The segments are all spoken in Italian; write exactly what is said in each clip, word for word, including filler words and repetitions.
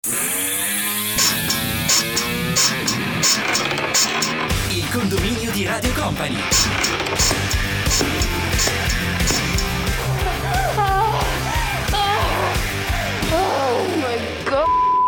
Il condominio di Radio Company. Oh my God.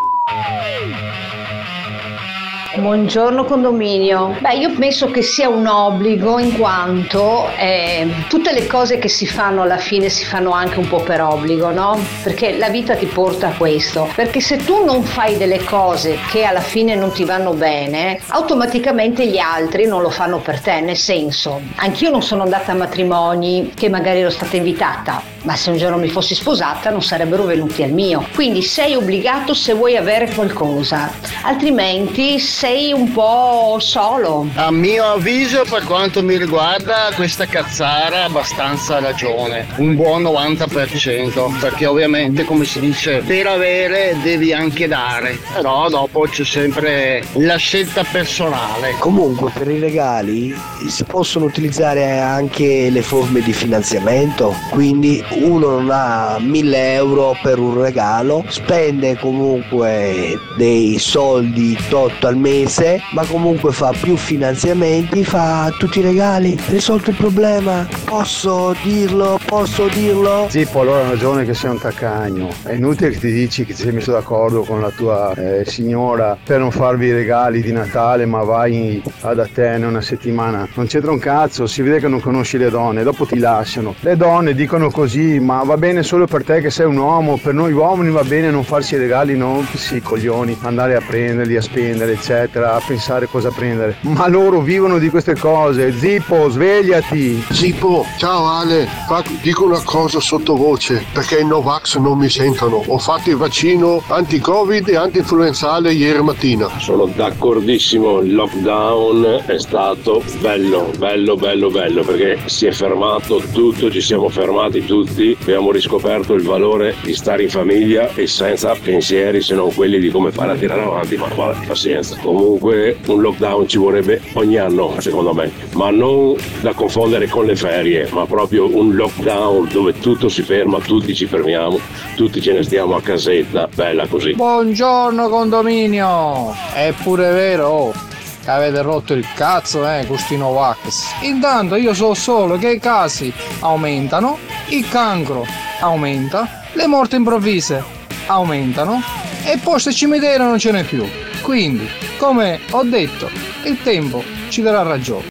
Buongiorno condominio. Beh, io penso che sia un obbligo, in quanto eh, tutte le cose che si fanno alla fine si fanno anche un po' per obbligo, no? Perché la vita ti porta a questo. Perché se tu non fai delle cose che alla fine non ti vanno bene, automaticamente gli altri non lo fanno per te. Nel senso, anch'io non sono andata a matrimoni che magari ero stata invitata, ma se un giorno mi fossi sposata non sarebbero venuti al mio. Quindi sei obbligato se vuoi avere qualcosa, altrimenti sei un po' solo. A mio avviso, per quanto mi riguarda, questa cazzara ha abbastanza ragione, un buon novanta per cento, perché ovviamente, come si dice, per avere devi anche dare, però dopo c'è sempre la scelta personale. Comunque per i regali si possono utilizzare anche le forme di finanziamento, quindi uno non ha mille euro per un regalo, spende comunque dei soldi tot al mese, ma comunque fa più finanziamenti, fa tutti i regali, risolto il problema. Posso dirlo? Posso dirlo? Sì, poi allora ha ragione che sei un taccagno. È inutile che ti dici che ti sei messo d'accordo con la tua eh, signora per non farvi i regali di Natale, ma vai ad Atene una settimana. Non c'entra un cazzo, si vede che non conosci le donne, dopo ti lasciano. Le donne dicono così, ma va bene solo per te che sei un uomo, per noi uomini va bene non farsi i regali, non sì, coglioni, andare a prenderli, a spendere, eccetera, a pensare cosa prendere. Ma loro vivono di queste cose. Zippo, svegliati. Zippo, ciao Ale, fa, dico una cosa sottovoce, perché i Novax non mi sentono. Ho fatto il vaccino anti-Covid e anti-influenzale ieri mattina. Sono d'accordissimo, il lockdown è stato bello, bello, bello, bello, perché si è fermato tutto, ci siamo fermati tutti, abbiamo riscoperto il valore di stare in famiglia e senza pensieri se non quelli di come fare a tirare avanti, ma vabbè, pazienza. Comunque un lockdown ci vorrebbe ogni anno, secondo me, ma non da confondere con le ferie, ma proprio un lockdown dove tutto si ferma, tutti ci fermiamo, tutti ce ne stiamo a casetta, bella così. Buongiorno condominio, è pure vero, oh, che avete rotto il cazzo, eh, questi Novax. Intanto io so solo che i casi aumentano, il cancro aumenta, le morti improvvise aumentano e posto e cimitero non ce n'è più. Quindi, come ho detto, il tempo ci darà ragione.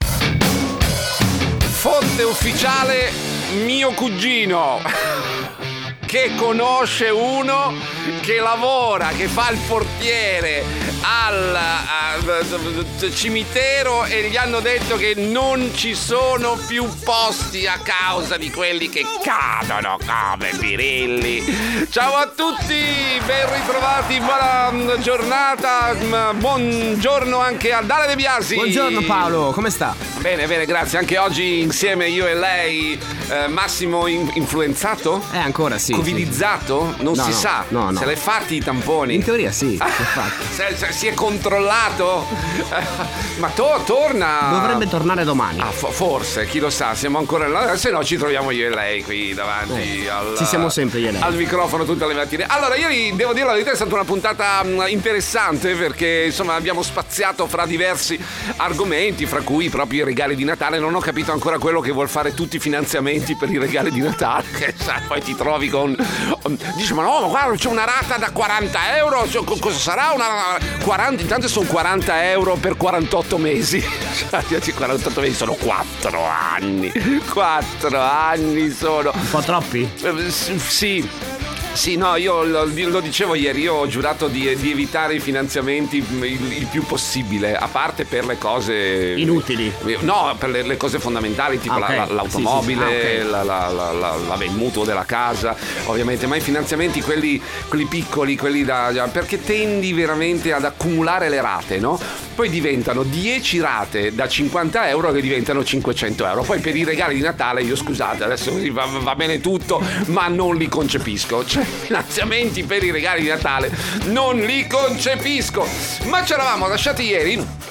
Fonte ufficiale, mio cugino, che conosce uno che lavora, che fa il portiere al, al cimitero e gli hanno detto che non ci sono più posti a causa di quelli che cadono come birilli. Ciao a tutti, ben ritrovati, buona giornata, buongiorno anche a Dale De Biasi. Buongiorno Paolo, come sta? Bene, bene, grazie. Anche oggi insieme io e lei, eh, Massimo in- influenzato? Eh, ancora sì. Covidizzato? Non no, si no, sa. No, no. Se l'hai fatti i tamponi? In teoria sì, ah, si è fatto. Se, se, si è controllato? Ma to- torna. Dovrebbe tornare domani. Ah, fo- forse, chi lo sa, siamo ancora là. Se no ci troviamo io e lei qui davanti eh, al, ci siamo sempre io e lei. al microfono tutte le mattine. Allora, ieri devo dire la verità, è stata una puntata mh, interessante, perché insomma abbiamo spaziato fra diversi argomenti, fra cui proprio i regali di Natale. Non ho capito ancora quello che vuol fare tutti i finanziamenti per i regali di Natale, che sa, poi ti trovi con dici ma no, ma guarda, c'è una rata da quaranta euro, cioè, cosa sarà una quaranta? Intanto sono quaranta euro per quarantotto mesi. quarantotto mesi sono quattro anni. quattro anni sono. Un po' troppi? Eh, sì. Sì, no, io lo, lo dicevo ieri, io ho giurato di, di evitare i finanziamenti il, il più possibile, a parte per le cose inutili. No, per le, le cose fondamentali, tipo okay. la, l'automobile, sì, sì, sì. Ah, okay. la, la, la, la, la, il mutuo della casa, ovviamente, ma i finanziamenti quelli, quelli piccoli, quelli da, perché tendi veramente ad accumulare le rate, no? Poi diventano dieci rate da cinquanta euro che diventano cinquecento euro. Poi per i regali di Natale, io scusate, adesso va, va bene tutto, ma non li concepisco. Cioè, finanziamenti per i regali di Natale non li concepisco. Ma ci eravamo lasciati ieri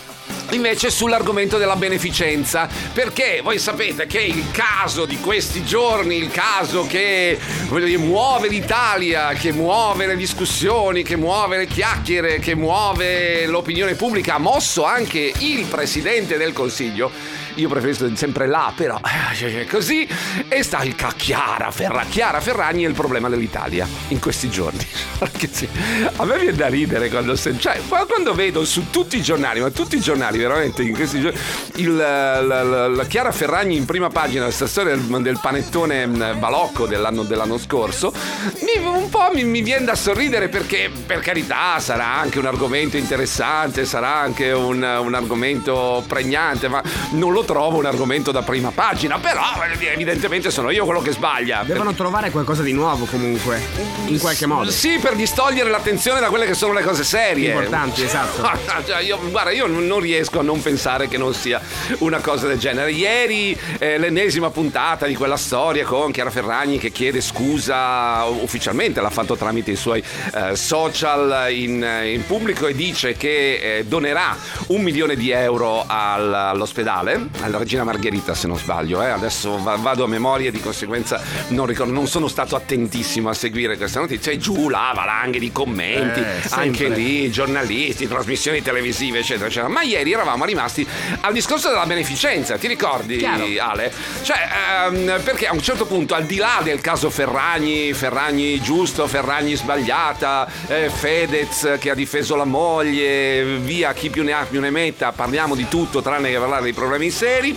invece sull'argomento della beneficenza, perché voi sapete che il caso di questi giorni, il caso che voglio dire, muove l'Italia, che muove le discussioni, che muove le chiacchiere, che muove l'opinione pubblica, ha mosso anche il Presidente del Consiglio. Io preferisco sempre là, però così, e sta il Chiara Ferragni. Chiara Ferragni è il problema dell'Italia in questi giorni. Perché sì, a me viene da ridere quando, cioè, quando vedo su tutti i giornali, ma tutti i giornali veramente in questi giorni, il, la, la, la Chiara Ferragni in prima pagina, questa storia del, del panettone balocco dell'anno, dell'anno scorso, mi, un po' mi, mi viene da sorridere, perché per carità sarà anche un argomento interessante, sarà anche un, un argomento pregnante, ma non lo trovo un argomento da prima pagina. Però evidentemente sono io quello che sbaglia. Devono per... trovare qualcosa di nuovo comunque, in qualche modo. Sì, per distogliere l'attenzione da quelle che sono le cose serie importanti, esatto. Cioè, io, guarda, io non riesco a non pensare che non sia una cosa del genere. Ieri eh, l'ennesima puntata di quella storia con Chiara Ferragni che chiede scusa ufficialmente, l'ha fatto tramite i suoi eh, social in, in pubblico, e dice che eh, donerà un milione di euro al, all'ospedale, alla Regina Margherita se non sbaglio, eh. Adesso vado a memoria e di conseguenza non ricordo, non sono stato attentissimo a seguire questa notizia, e giù là valanghe di commenti, eh, anche lì giornalisti, trasmissioni televisive eccetera eccetera. Ma ieri eravamo rimasti al discorso della beneficenza, ti ricordi? Chiaro. Ale? Cioè ehm, perché a un certo punto, al di là del caso Ferragni, Ferragni giusto, Ferragni sbagliata, eh, Fedez che ha difeso la moglie, via chi più ne ha più ne metta, parliamo di tutto tranne che parlare dei problemi seri.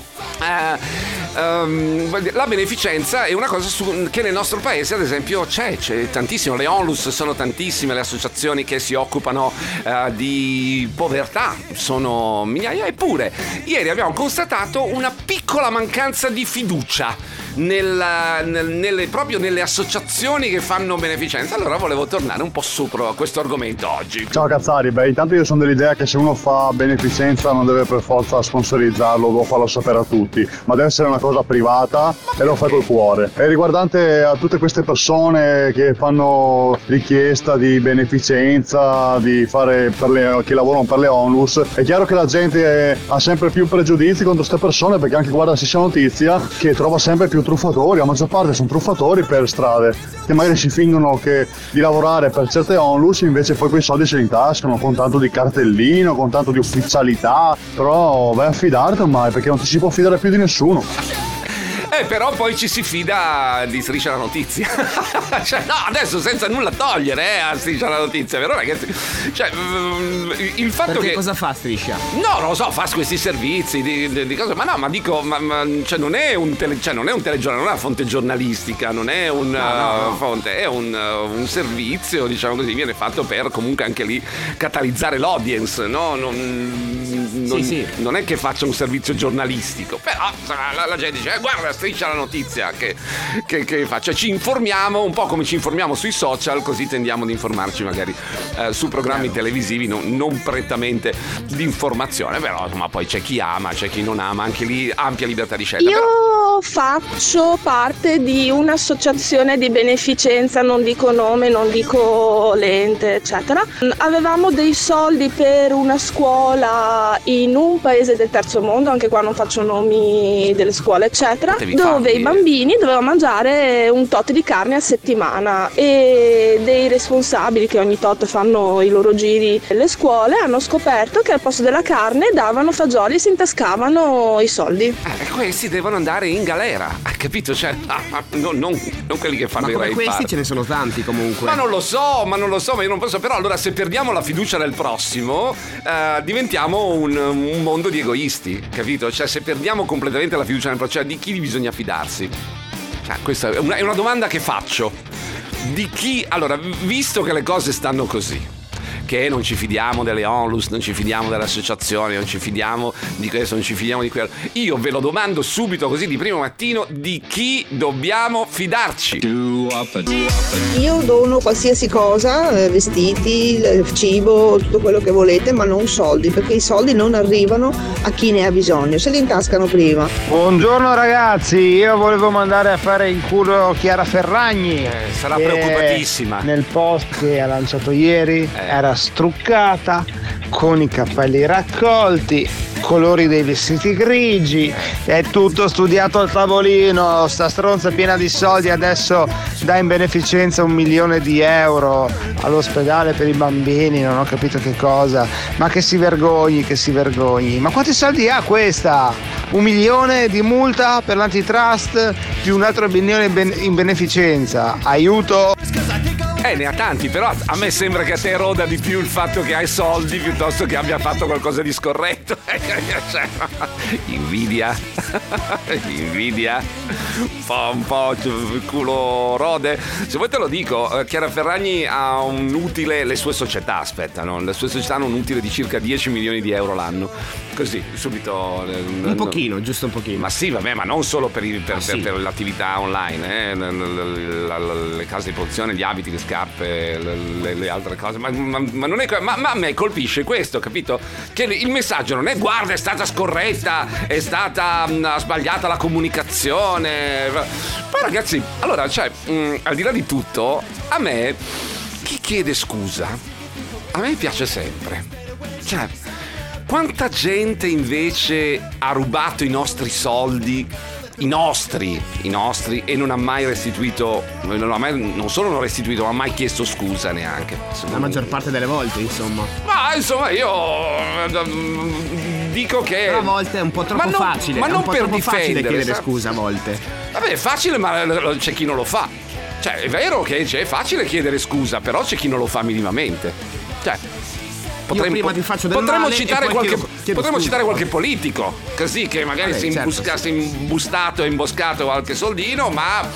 Uh, um, la beneficenza è una cosa su, che nel nostro paese ad esempio c'è, c'è tantissimo. Le onlus sono tantissime, le associazioni che si occupano uh, di povertà sono migliaia, eppure ieri abbiamo constatato una piccola mancanza di fiducia nella, nel, nelle, proprio nelle associazioni che fanno beneficenza. Allora volevo tornare un po' sopra a questo argomento oggi. Ciao Cazzari, beh intanto io sono dell'idea che se uno fa beneficenza non deve per forza sponsorizzarlo o farlo sapere a tutti, ma deve essere una cosa privata e lo fai col cuore. E riguardante a tutte queste persone che fanno richiesta di beneficenza, di fare per le, che lavorano per le onlus, è chiaro che la gente ha sempre più pregiudizi contro queste persone, perché anche guarda Striscia la Notizia che trova sempre più truffatori, la maggior parte sono truffatori per strade che magari si fingono che di lavorare per certe onlus, invece poi quei soldi se li intascano con tanto di cartellino, con tanto di ufficialità. Però vai a fidarti ormai, perché non ti si può fidare più di nessuno. Eh, però poi ci si fida di Striscia la Notizia. Cioè, no, adesso senza nulla togliere eh, a Striscia la Notizia, vero ragazzi? Cioè, il fatto Perché che... cosa fa Striscia? No, non lo so, fa questi servizi di, di, di cose, ma no, ma dico, ma, ma, cioè non è un tele, cioè non è un telegiornale, non è una fonte giornalistica, non è un no, no, no. Uh, fonte, è un, uh, un servizio, diciamo così, viene fatto per comunque anche lì catalizzare l'audience, no? Non, non, sì, sì. non è che faccia un servizio giornalistico, però la, la gente dice, eh, guarda, Striscia la Notizia che, che, che fa, cioè ci informiamo un po' come ci informiamo sui social, così tendiamo ad informarci magari eh, su programmi televisivi non, non prettamente di informazione, però insomma poi c'è chi ama, c'è chi non ama, anche lì ampia libertà di scelta. Io però... faccio parte di un'associazione di beneficenza, non dico nome, non dico l'ente eccetera. Avevamo dei soldi per una scuola in un paese del terzo mondo, anche qua non faccio nomi delle scuole eccetera, dove i bambini dovevano mangiare un tot di carne a settimana, e dei responsabili che ogni tot fanno i loro giri nelle scuole hanno scoperto che al posto della carne davano fagioli e si intascavano i soldi. Eh, questi devono andare in galera, hai capito? Cioè, non, non, non quelli che fanno ma i come rave questi party. Ce ne sono tanti comunque. Ma non lo so, ma non lo so, ma io non posso. Però allora se perdiamo la fiducia nel prossimo eh, diventiamo un, un mondo di egoisti, capito? Cioè se perdiamo completamente la fiducia nel prossimo, cioè di chi bisogna fidarsi? Cioè, questa è una, è una domanda che faccio. Di chi? Allora, visto che le cose stanno così, che non ci fidiamo delle onlus, non ci fidiamo delle associazioni, non ci fidiamo di questo, non ci fidiamo di quello, io ve lo domando subito così di primo mattino: di chi dobbiamo fidarci? Io dono qualsiasi cosa, vestiti, cibo, tutto quello che volete, ma non soldi, perché i soldi non arrivano a chi ne ha bisogno, se li intascano prima. Buongiorno ragazzi, io volevo mandare a fare il culo Chiara Ferragni. Eh, sarà preoccupatissima. Nel post che ha lanciato ieri eh. era struccata, con i capelli raccolti, colori dei vestiti grigi, è tutto studiato al tavolino. Sta stronza piena di soldi adesso dà in beneficenza un milione di euro all'ospedale per i bambini, non ho capito che cosa, ma che si vergogni, che si vergogni. Ma quanti soldi ha questa? Un milione di multa per l'antitrust più un altro milione in beneficenza, aiuto! Eh, ne ha tanti, però a me sembra che a te roda di più il fatto che hai soldi piuttosto che abbia fatto qualcosa di scorretto. Cioè, invidia, invidia, un po', un po' culo rode. Se vuoi te lo dico, Chiara Ferragni ha un utile, le sue società aspettano, le sue società hanno un utile di circa dieci milioni di euro l'anno. Così, subito. Un pochino, giusto un pochino. Ma sì, vabbè, ma non solo per, il, per, ah, per, sì. per l'attività online, eh, le, le, le case di produzione, gli abiti, le scarpe, le, le, le altre cose. Ma, ma, ma non è. Ma, ma a me colpisce questo, capito? Che il messaggio non è guarda, è stata scorretta, è stata mh, sbagliata la comunicazione. Poi ragazzi, allora, cioè, mh, al di là di tutto, a me chi chiede scusa, a me piace sempre. Cioè, quanta gente invece ha rubato i nostri soldi, i nostri, i nostri, e non ha mai restituito, non, ha mai, non solo non restituito, ma ha mai chiesto scusa neanche. La maggior parte delle volte, insomma. Ma insomma, io dico che a volte è un po' troppo ma non, facile, ma è non un po' per troppo difendere, facile chiedere sa? scusa a volte. Vabbè, è facile, ma c'è chi non lo fa. Cioè, è vero che è facile chiedere scusa, però c'è chi non lo fa minimamente. Cioè, potremmo, io prima ti faccio del potremmo male citare e poi qualche chiedo, chiedo potremmo scusa. citare qualche politico, così che magari Vabbè, si certo, imbusca, sì. si è imbustato e imboscato qualche soldino, ma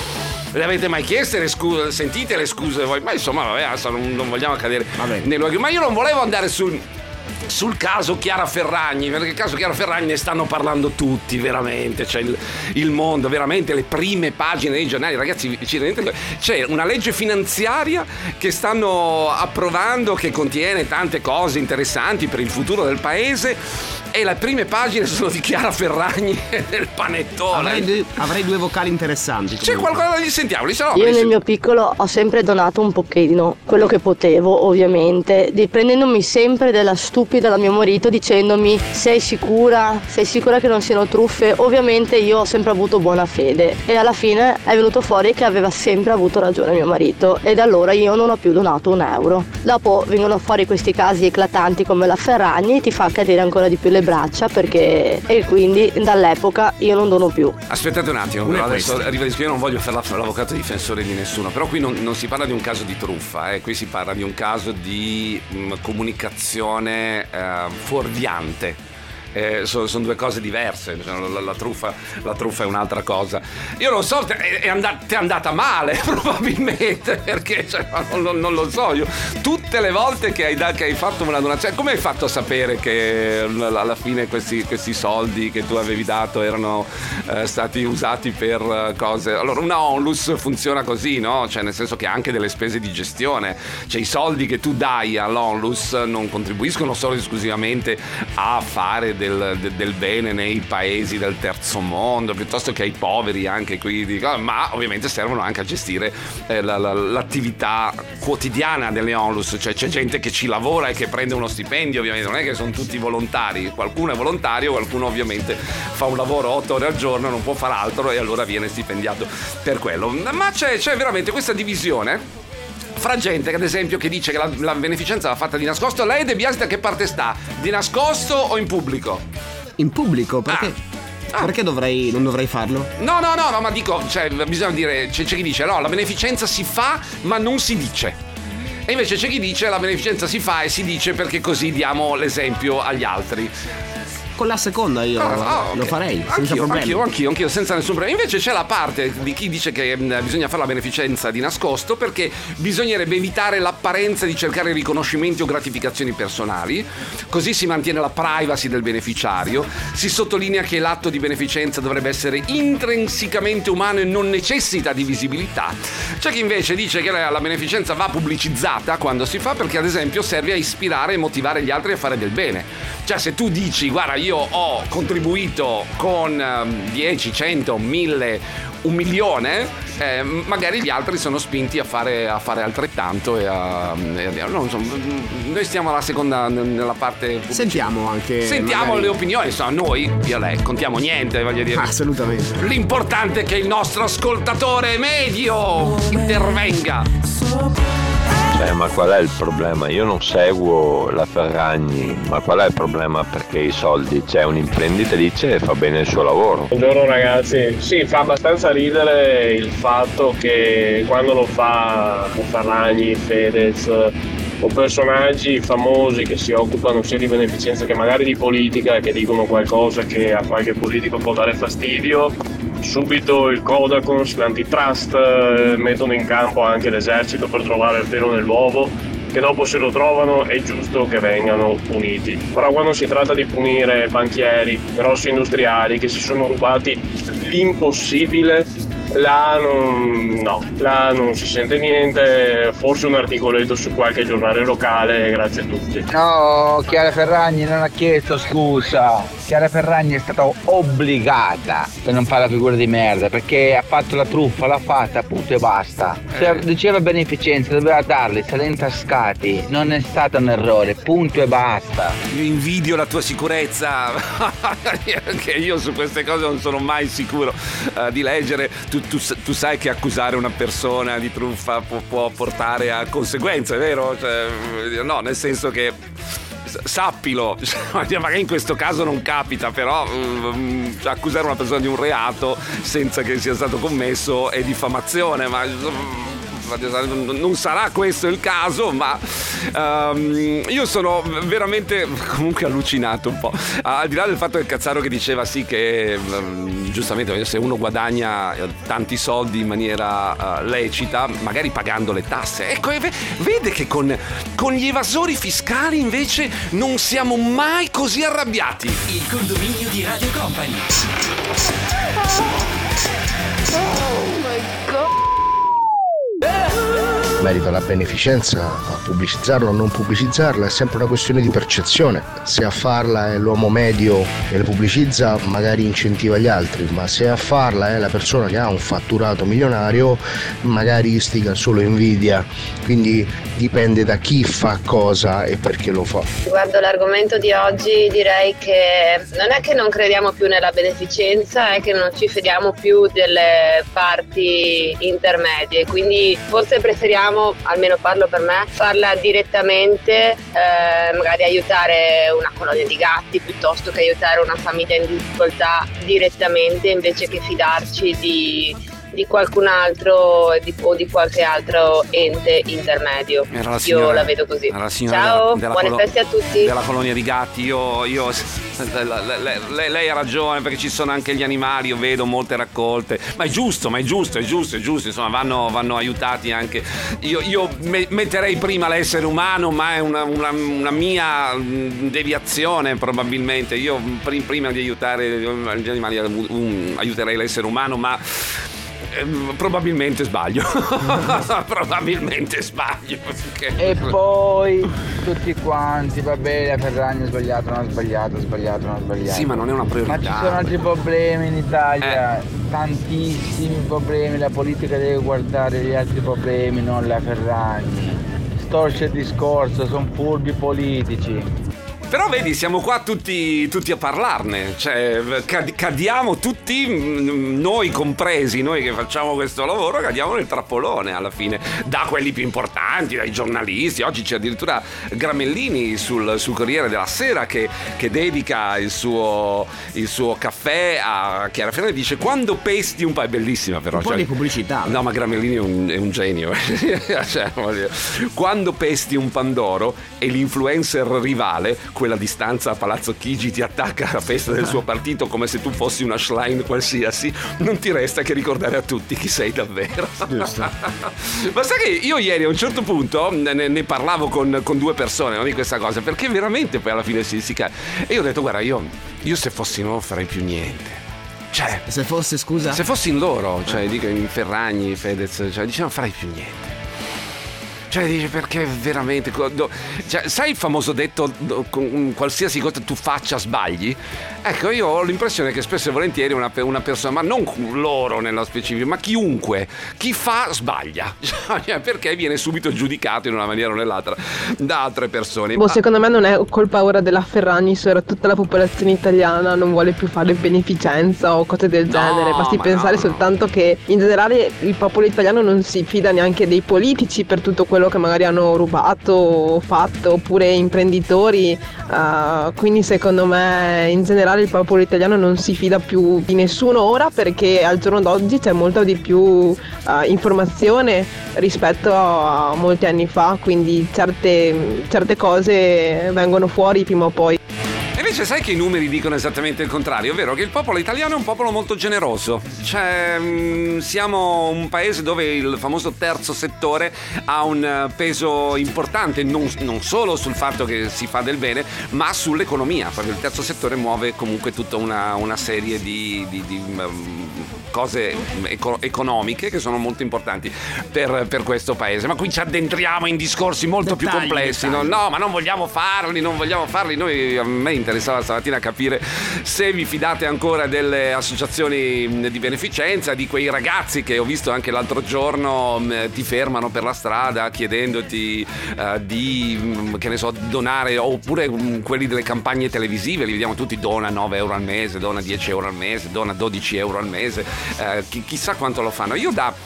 le avete mai chieste le scuse? Sentite le scuse voi? Ma insomma, vabbè, adesso non, non vogliamo cadere nei luoghi. Ma io non volevo andare sul sul caso Chiara Ferragni, perché il caso Chiara Ferragni ne stanno parlando tutti, veramente, cioè il, il mondo, veramente le prime pagine dei giornali, ragazzi, ci rendete? C'è una legge finanziaria che stanno approvando che contiene tante cose interessanti per il futuro del paese e le prime pagine sono di Chiara Ferragni e del panettone. Avrei due, avrei due vocali interessanti. C'è qualcosa, li sentiamo, li sentiamo. Io nel mio piccolo ho sempre donato un pochino, quello che potevo ovviamente, prendendomi sempre della stupida da mio marito dicendomi sei sicura, sei sicura che non siano truffe. Ovviamente io ho sempre avuto buona fede e alla fine è venuto fuori che aveva sempre avuto ragione mio marito e da allora io non ho più donato un euro. Dopo vengono fuori questi casi eclatanti come la Ferragni, ti fa cadere ancora di più le braccia perché e quindi dall'epoca io non dono più. Aspettate un attimo, però adesso ribadisco, io non voglio fare l'avvocato difensore di nessuno, però qui non, non si parla di un caso di truffa, eh. Qui si parla di un caso di mh, comunicazione eh, fuorviante. Eh, sono, sono due cose diverse, cioè, la, la, truffa, la truffa è un'altra cosa. Io non so, è, è andata, è andata male probabilmente, perché cioè, non, non lo so io. Tutte le volte che hai, che hai fatto una donazione, come hai fatto a sapere che alla fine questi, questi soldi che tu avevi dato erano eh, stati usati per cose? Allora, una onlus funziona così, no? Cioè, nel senso che ha anche delle spese di gestione, cioè i soldi che tu dai all'onlus non contribuiscono solo esclusivamente a fare Del, del bene nei paesi del terzo mondo, piuttosto che ai poveri anche qui, ma ovviamente servono anche a gestire eh, la, la, l'attività quotidiana delle onlus, cioè c'è gente che ci lavora e che prende uno stipendio, ovviamente non è che sono tutti volontari, qualcuno è volontario, qualcuno ovviamente fa un lavoro otto ore al giorno, non può far altro e allora viene stipendiato per quello, ma c'è, c'è veramente questa divisione fra gente che ad esempio che dice che la, la beneficenza va fatta di nascosto. Lei De Biasi da che parte sta? Di nascosto o in pubblico? In pubblico? Perché? Ah. Perché dovrei, non dovrei farlo? No, no, no, no, ma dico, cioè, bisogna dire, c'è, c'è chi dice no, la beneficenza si fa ma non si dice. E invece c'è chi dice la beneficenza si fa e si dice perché così diamo l'esempio agli altri. Con la seconda io ah, ah, okay. lo farei senza anch'io, problemi. Anch'io, anch'io, anch'io, senza nessun problema. Invece c'è la parte di chi dice che mh, bisogna fare la beneficenza di nascosto perché bisognerebbe evitare l'apparenza di cercare riconoscimenti o gratificazioni personali, così si mantiene la privacy del beneficiario, si sottolinea che l'atto di beneficenza dovrebbe essere intrinsecamente umano e non necessita di visibilità. C'è chi invece dice che la beneficenza va pubblicizzata quando si fa perché ad esempio serve a ispirare e motivare gli altri a fare del bene. Cioè, se tu dici, guarda, io ho contribuito con dieci, cento, mille, un milione, eh, magari gli altri sono spinti a fare, a fare altrettanto e a, e a non so, noi stiamo alla seconda, nella parte. Sentiamo anche. Sentiamo magari... le opinioni, insomma, noi, io lei, contiamo niente, voglio dire. Assolutamente. L'importante è che il nostro ascoltatore medio intervenga. Cioè, ma qual è il problema? Io non seguo la Ferragni, ma qual è il problema? Perché i soldi, c'è un'imprenditrice e fa bene il suo lavoro. Buongiorno ragazzi, sì, fa abbastanza ridere il fatto che quando lo fa Ferragni, Fedez o personaggi famosi che si occupano sia di beneficenza che magari di politica, che dicono qualcosa che a qualche politico può dare fastidio, subito il Codacons, l'antitrust eh, mettono in campo anche l'esercito per trovare il pelo nell'uovo, che dopo se lo trovano è giusto che vengano puniti. Però quando si tratta di punire banchieri, grossi industriali che si sono rubati l'impossibile, là non, no, là non si sente niente, forse un articoletto su qualche giornale locale, grazie a tutti. No, Chiara Ferragni non ha chiesto scusa, Chiara Ferragni è stata obbligata per non fare la figura di merda, perché ha fatto la truffa, l'ha fatta, punto e basta. Se Eh. diceva beneficenza, doveva darli, se l'ha intascati, non è stato un errore, punto e basta. Io invidio la tua sicurezza, che io su queste cose non sono mai sicuro uh, di leggere. Tu, tu, tu sai che accusare una persona di truffa può, può portare a conseguenze, vero? Cioè, no, nel senso che sappilo, magari in questo caso non capita, però um, accusare una persona di un reato senza che sia stato commesso è diffamazione, ma non sarà questo il caso, ma um, io sono veramente comunque allucinato un po', al di là del fatto del Cazzaro che diceva sì che um, giustamente se uno guadagna tanti soldi in maniera uh, lecita, magari pagando le tasse, ecco, vede che con, con gli evasori fiscali invece non siamo mai così arrabbiati. Il condominio di Radio Company. Oh my god. Merito la beneficenza, a pubblicizzarla o non pubblicizzarla è sempre una questione di percezione. Se a farla è l'uomo medio e la pubblicizza, magari incentiva gli altri, ma se a farla è la persona che ha un fatturato milionario, magari istiga solo invidia. Quindi dipende da chi fa cosa e perché lo fa. Riguardo l'argomento di oggi direi che non è che non crediamo più nella beneficenza, è che non ci fidiamo più delle parti intermedie, quindi forse preferiamo, almeno parlo per me, farla direttamente, eh, magari aiutare una colonia di gatti piuttosto che aiutare una famiglia in difficoltà direttamente, invece che fidarci di di qualcun altro di, o di qualche altro ente intermedio. Era la Io signora, la vedo così. era la signora Ciao, della- della buone colo- feste a tutti. Della colonia di gatti, io, io lei, lei- lei ha ragione, perché ci sono anche gli animali, io vedo molte raccolte, ma è giusto, ma è giusto, è giusto, è giusto, insomma vanno, vanno aiutati anche. Io, io me- metterei prima l'essere umano, ma è una, una, una mia mh, deviazione probabilmente. Io pr- prima di aiutare gli animali um, aiuterei l'essere umano, ma ehm, probabilmente sbaglio. Probabilmente sbaglio, perché... E poi tutti quanti, va bene, la Ferragni ha sbagliato, non ha sbagliato, ha sbagliato, non ha sbagliato. Sì, ma non è una priorità. Ma ci sono altri problemi in Italia, tantissimi problemi, la politica deve guardare gli altri problemi, non la Ferragni. Storce il discorso, sono furbi politici. Però vedi, siamo qua tutti, tutti a parlarne, cioè cad- cadiamo tutti, mh, noi compresi, noi che facciamo questo lavoro, cadiamo nel trappolone alla fine, da quelli più importanti, dai giornalisti. Oggi c'è addirittura Gramellini sul, sul Corriere della Sera che, che dedica il suo, il suo caffè a Chiara Ferragni, dice: quando pesti un po', è bellissima però. Un po' cioè- di pubblicità. No, ma Gramellini è un, è un genio. Cioè, voglio dire, quando pesti un pandoro e l'influencer rivale, quella distanza a Palazzo Chigi ti attacca alla festa del suo partito come se tu fossi una Schlein qualsiasi, non ti resta che ricordare a tutti chi sei davvero. Ma sai che io ieri a un certo punto ne, ne parlavo con, con due persone, no, di questa cosa, perché veramente poi alla fine si, si cade. E io ho detto: guarda, io, io se fossi non farei più niente. Cioè, se fosse, scusa? Se fossi in loro, cioè dico in Ferragni, Fedez, cioè dicevano farei più niente. Cioè dice, perché veramente, cioè, sai il famoso detto, con qualsiasi cosa tu faccia sbagli? Ecco, io ho l'impressione che spesso e volentieri una, una persona, ma non loro nello specifico, ma chiunque, chi fa sbaglia, cioè, perché viene subito giudicato in una maniera o nell'altra da altre persone. Boh, secondo me non è colpa ora della Ferragni, se ora tutta la popolazione italiana non vuole più fare beneficenza o cose del genere. No, basti ma pensare no, soltanto che in generale il popolo italiano non si fida neanche dei politici per tutto quello che magari hanno rubato o fatto, oppure imprenditori, uh, quindi secondo me in generale il popolo italiano non si fida più di nessuno ora, perché al giorno d'oggi c'è molta di più uh, informazione rispetto a molti anni fa, quindi certe, certe cose vengono fuori prima o poi. Invece sai che i numeri dicono esattamente il contrario, ovvero che il popolo italiano è un popolo molto generoso. Cioè mh, siamo un paese dove il famoso terzo settore ha un peso importante, non, non solo sul fatto che si fa del bene, ma sull'economia. Proprio il terzo settore muove comunque tutta una, una serie di, di, di um, cose eco- economiche che sono molto importanti per, per questo paese. Ma qui ci addentriamo in discorsi molto dettagli, più complessi. No? no, ma non vogliamo farli, non vogliamo farli. Noi, a me interessava stamattina capire se vi fidate ancora delle associazioni di beneficenza, di quei ragazzi che ho visto anche l'altro giorno mh, ti fermano per la strada chiedendoti uh, di, mh, che ne so, donare, oppure mh, quelli delle campagne televisive, li vediamo tutti, dona nove euro al mese, dona dieci euro al mese, dona dodici euro al mese, uh, chi, chissà quanto lo fanno. Io da,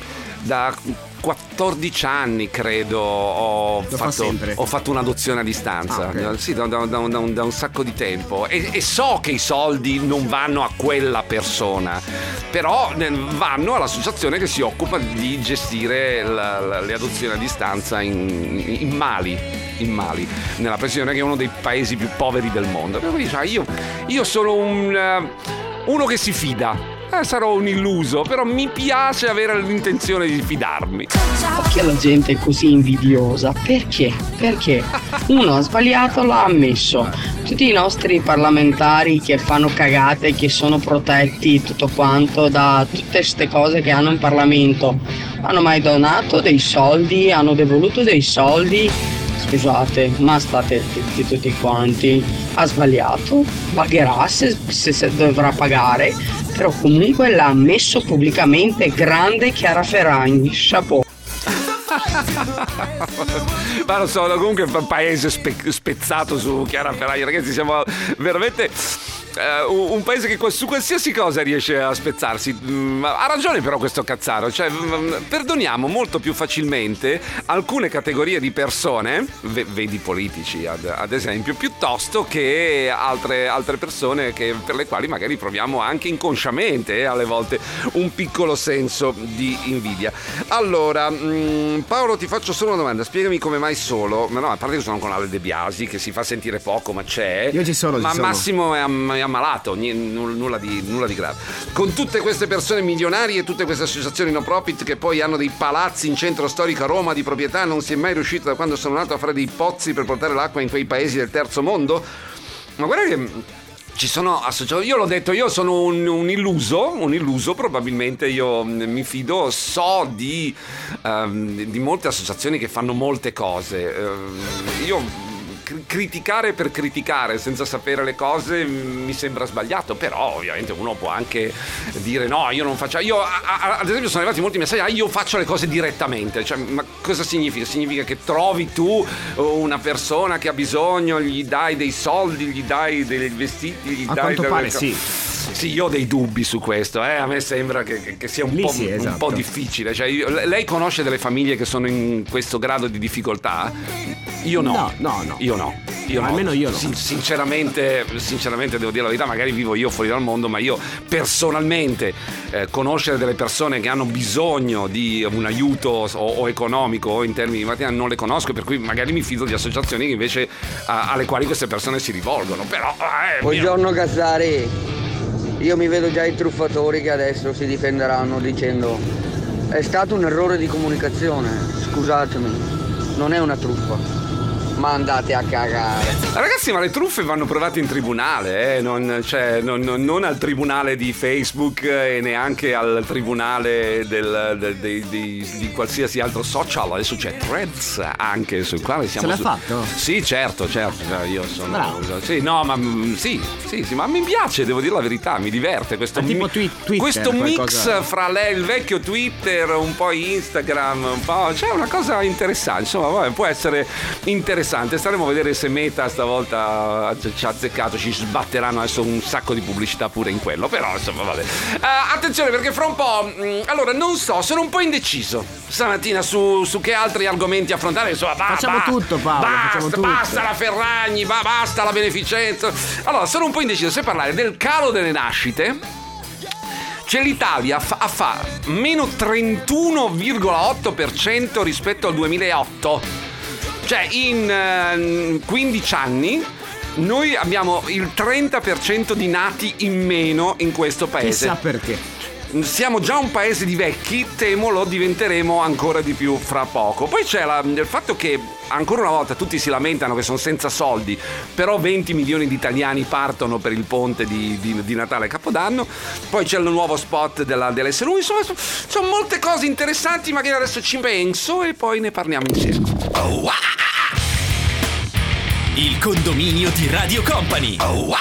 da quattordici anni credo ho fatto, ho fatto un'adozione a distanza. Ah, okay. Sì, da, da, da, da, un, da un sacco di tempo, e, e so che i soldi non vanno a quella persona, però vanno all'associazione che si occupa di gestire la, la, le adozioni a distanza in, in Mali in Mali, nella previsione che è uno dei paesi più poveri del mondo. Quindi, cioè, io, io sono un, uh, uno che si fida. Eh, sarò un illuso, però mi piace avere l'intenzione di fidarmi. Perché la gente è così invidiosa? Perché? Perché uno ha sbagliato, l'ha ammesso. Tutti i nostri parlamentari che fanno cagate, che sono protetti tutto quanto da tutte queste cose che hanno in Parlamento, hanno mai donato dei soldi? Hanno devoluto dei soldi? Scusate, ma state zitti tutti quanti. Ha sbagliato, pagherà se, se, se dovrà pagare, però comunque l'ha ammesso pubblicamente. Grande Chiara Ferragni, chapeau. Ma lo so, comunque è un paese spe- spezzato su Chiara Ferragni, ragazzi, siamo veramente uh, un paese che su qualsiasi cosa riesce a spezzarsi. Mm, ha ragione però questo cazzaro, cioè mm, perdoniamo molto più facilmente alcune categorie di persone, v- vedi politici ad, ad esempio, piuttosto che altre, altre persone che, per le quali magari proviamo anche inconsciamente eh, alle volte un piccolo senso di invidia. Allora, mh, Paolo, ti faccio solo una domanda, spiegami come mai solo, ma no, a parte che sono con Ale De Biasi che si fa sentire poco, ma c'è. Io ci sono, ma ci sono. Massimo è, am- è ammalato, n- nulla, di, nulla di grave. Con tutte queste persone milionarie e tutte queste associazioni no profit che poi hanno dei palazzi in centro storico a Roma di proprietà, non si è mai riuscito da quando sono nato a fare dei pozzi per portare l'acqua in quei paesi del terzo mondo? Ma guarda che ci sono associazioni, io l'ho detto, io sono un, un illuso, un illuso, probabilmente io mi fido, so di, um, di molte associazioni che fanno molte cose. Uh, io criticare per criticare senza sapere le cose mi sembra sbagliato, però ovviamente uno può anche dire no, io non faccio, io a, a, ad esempio sono arrivati molti messaggi, ah, io faccio le cose direttamente, cioè, ma cosa significa? Significa che trovi tu una persona che ha bisogno, gli dai dei soldi, gli dai dei vestiti, gli a dai quanto delle... pare sì. Sì, io ho dei dubbi su questo, eh? A me sembra che, che sia un, po', sì, esatto. un po' difficile, cioè, io, lei conosce delle famiglie che sono in questo grado di difficoltà? Io no, no, no, no. Io no. Io no. Almeno io no. Sin- sinceramente, sinceramente devo dire la verità, magari vivo io fuori dal mondo, ma io personalmente eh, conoscere delle persone che hanno bisogno di un aiuto o, o economico o in termini di mattina non le conosco, per cui magari mi fido di associazioni che invece a, alle quali queste persone si rivolgono. Però eh, buongiorno mio... Gazzari, io mi vedo già i truffatori che adesso si difenderanno dicendo è stato un errore di comunicazione. Scusatemi, non è una truffa, Ma andate a cagare. Ragazzi, ma le truffe vanno provate in tribunale, eh? non, cioè, non, non, non al tribunale di Facebook e neanche al tribunale del, del, del, di, di qualsiasi altro social. Adesso c'è Threads anche, sul quale siamo. Ce l'ha su... fatto? Sì, certo, certo. Io sono. Bravo. Sì, no, ma sì, sì, sì, ma mi piace, devo dire la verità, mi diverte questo, tipo mi... tweet, Twitter, questo mix qualcosa... fra lei, il vecchio Twitter, un po' Instagram, un po'. C'è una cosa interessante, insomma, vabbè, può essere interessante. Staremo a vedere se Meta stavolta ci ha azzeccato, ci sbatteranno adesso un sacco di pubblicità pure in quello, però insomma vabbè. Uh, attenzione, perché fra un po', mh, allora non so, sono un po' indeciso stamattina su, su che altri argomenti affrontare. Insomma, va, facciamo va, tutto, Paolo, basta, facciamo tutto. basta la Ferragni, va, basta la beneficenza. Allora, sono un po' indeciso se parlare del calo delle nascite. C'è l'Italia fa, a fa meno trentuno virgola otto per cento rispetto al duemilaotto. Cioè in uh, quindici anni noi abbiamo il trenta per cento di nati in meno in questo paese. Chissà perché. Siamo già un paese di vecchi, temo lo diventeremo ancora di più fra poco. Poi c'è la, il fatto che ancora una volta tutti si lamentano che sono senza soldi, però venti milioni di italiani partono per il ponte di, di, di Natale e Capodanno. Poi c'è il nuovo spot della, dell'S L U. Insomma, sono molte cose interessanti, magari adesso ci penso e poi ne parliamo insieme. Oh, wow. Il condominio di Radio Company. Oh, wow.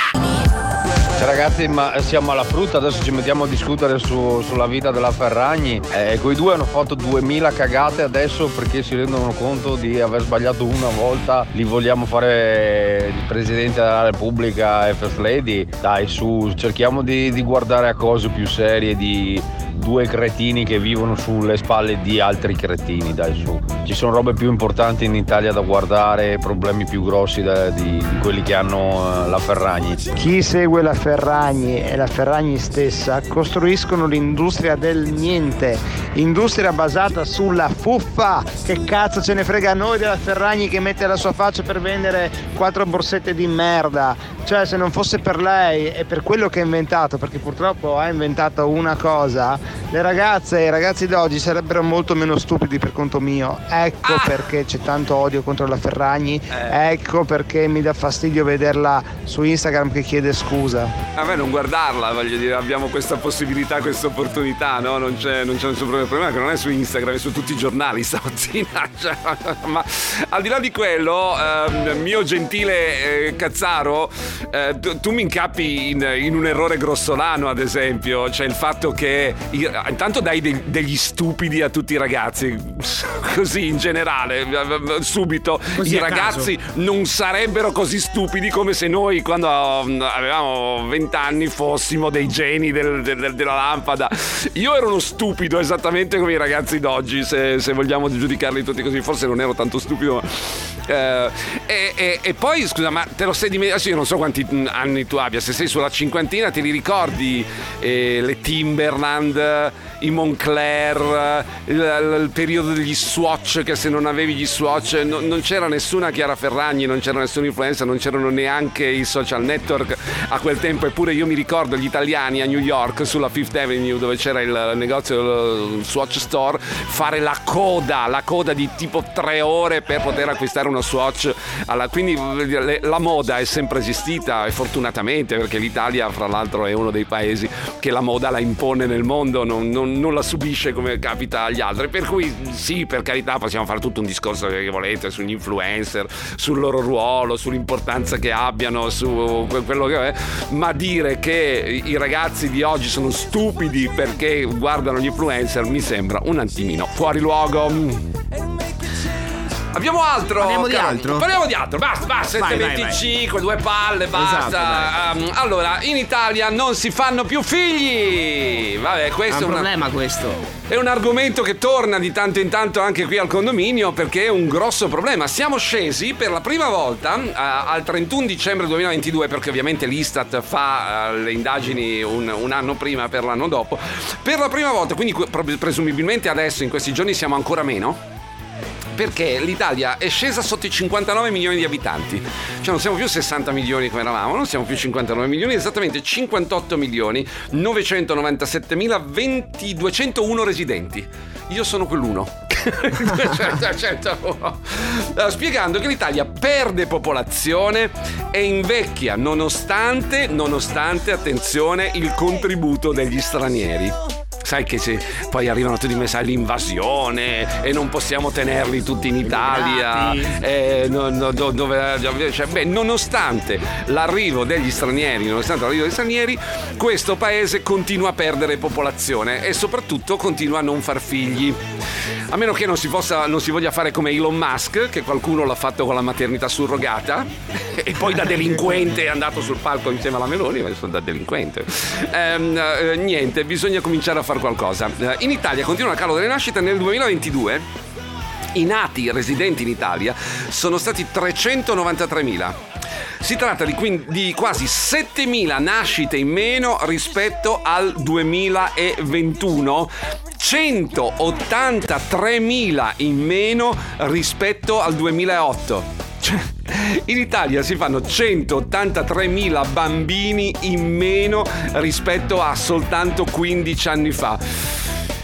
Ragazzi, ma siamo alla frutta, adesso ci mettiamo a discutere su, sulla vita della Ferragni. Eh, quei due hanno fatto duemila cagate adesso perché si rendono conto di aver sbagliato una volta. Li vogliamo fare il Presidente della Repubblica e First Lady? Dai, su, cerchiamo di, di guardare a cose più serie di due cretini che vivono sulle spalle di altri cretini, dai, su. Ci sono robe più importanti in Italia da guardare, problemi più grossi da, di, di quelli che hanno uh, la Ferragni. Chi segue la Ferragni e la Ferragni stessa costruiscono l'industria del niente, industria basata sulla fuffa. Che cazzo ce ne frega a noi della Ferragni che mette la sua faccia per vendere quattro borsette di merda? Cioè, se non fosse per lei e per quello che ha inventato, perché purtroppo ha inventato una cosa, le ragazze e i ragazzi d'oggi sarebbero molto meno stupidi per conto mio. Ecco ah. perché c'è tanto odio contro la Ferragni, eh. ecco perché mi dà fastidio vederla su Instagram che chiede scusa. A me non guardarla, voglio dire, abbiamo questa possibilità, questa opportunità, no? Non c'è, non c'è nessun problema, che non è su Instagram, è su tutti i giornali stamattina. Cioè, ma al di là di quello, eh, mio gentile eh, Cazzaro, eh, tu, tu mi incappi in, in un errore grossolano, ad esempio, cioè il fatto che intanto dai de- degli stupidi a tutti i ragazzi, così in generale, subito, così i ragazzi caso. Non sarebbero così stupidi come se noi quando avevamo vent'anni fossimo dei geni del, del, della lampada. Io ero uno stupido esattamente come i ragazzi d'oggi, se, se vogliamo giudicarli tutti così, forse non ero tanto stupido. Eh, e, e, e poi scusa, ma te lo sei dimenticato? Io non so quanti anni tu abbia, se sei sulla cinquantina te li ricordi eh, le Timberland, i Moncler, il, il periodo degli Swatch, che se non avevi gli Swatch no, non c'era nessuna Chiara Ferragni, non c'era nessun influencer, non c'erano neanche i social network a quel tempo. Eppure io mi ricordo gli italiani a New York sulla Fifth Avenue, dove c'era il negozio, il Swatch Store, fare la coda la coda di tipo tre ore per poter acquistare uno Swatch alla... Quindi la moda è sempre esistita, e fortunatamente, perché l'Italia fra l'altro è uno dei paesi che la moda la impone nel mondo, non, non, non la subisce come capita agli altri. Per cui sì, per carità, possiamo fare tutto un discorso che volete sugli influencer, sul loro ruolo, sull'importanza che abbiano, su quello che è, ma dire che i ragazzi di oggi sono stupidi perché guardano gli influencer mi sembra un attimino fuori luogo. Abbiamo altro? Parliamo di altro? Parliamo di altro, basta, basta, sette e venticinque, due palle, basta. Esatto, um, allora, in Italia non si fanno più figli. Vabbè, questo è un problema, una... questo. È un argomento che torna di tanto in tanto anche qui al condominio, perché è un grosso problema. Siamo scesi per la prima volta uh, al trentuno dicembre duemilaventidue, perché ovviamente l'Istat fa uh, le indagini un, un anno prima per l'anno dopo. Per la prima volta, quindi presumibilmente adesso in questi giorni siamo ancora meno, perché l'Italia è scesa sotto i cinquantanove milioni di abitanti. Cioè non siamo più sessanta milioni come eravamo, non siamo più cinquantanove milioni, esattamente cinquantotto milioni novecentonovantasettemila duecentouno residenti. Io sono quell'uno. Spiegando che l'Italia perde popolazione e invecchia nonostante, nonostante, attenzione, il contributo degli stranieri. Sai che se poi arrivano tutti i messaggi, l'invasione e non possiamo tenerli tutti in Italia, eh, no, no, dove, cioè, beh, nonostante l'arrivo degli stranieri, nonostante l'arrivo degli stranieri, questo paese continua a perdere popolazione e soprattutto continua a non far figli. A meno che non si possa, non si voglia fare come Elon Musk, che qualcuno l'ha fatto con la maternità surrogata e poi da delinquente è andato sul palco insieme alla Meloni, ma io sono da delinquente. Ehm, eh, niente, bisogna cominciare a fare qualcosa. Eh, in Italia continua il calo delle nascite. Nel duemilaventidue i nati residenti in Italia sono stati trecentonovantatremila. Si tratta di, quindi, di quasi settemila nascite in meno rispetto al duemilaventuno, centottantatremila in meno rispetto al duemilaotto. Cioè, in Italia si fanno centottantatremila bambini in meno rispetto a soltanto quindici anni fa.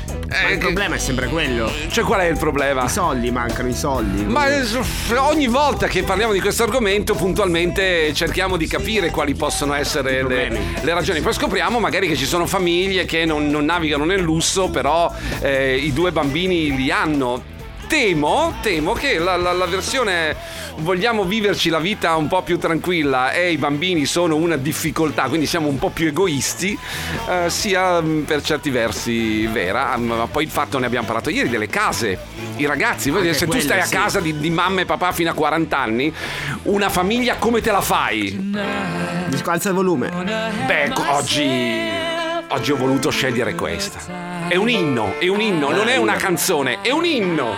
Ma il problema è sempre quello. Cioè, qual è il problema? I soldi, mancano i soldi. Ma ogni volta che parliamo di questo argomento, puntualmente cerchiamo di capire quali possono essere le, le ragioni. Poi scopriamo magari che ci sono famiglie che non, non navigano nel lusso, però eh, i due bambini li hanno. Temo, temo che la, la, la versione vogliamo viverci la vita un po' più tranquilla e i bambini sono una difficoltà, quindi siamo un po' più egoisti, eh, sia per certi versi vera, ma poi il fatto, ne abbiamo parlato ieri, delle case. I ragazzi, voi, se quelle, tu stai a casa sì. di, di mamma e papà fino a quaranta anni, una famiglia come te la fai? Alza il volume. Beh, oggi... Oggi ho voluto scegliere questa. È un inno, è un inno, non è una canzone, è un inno.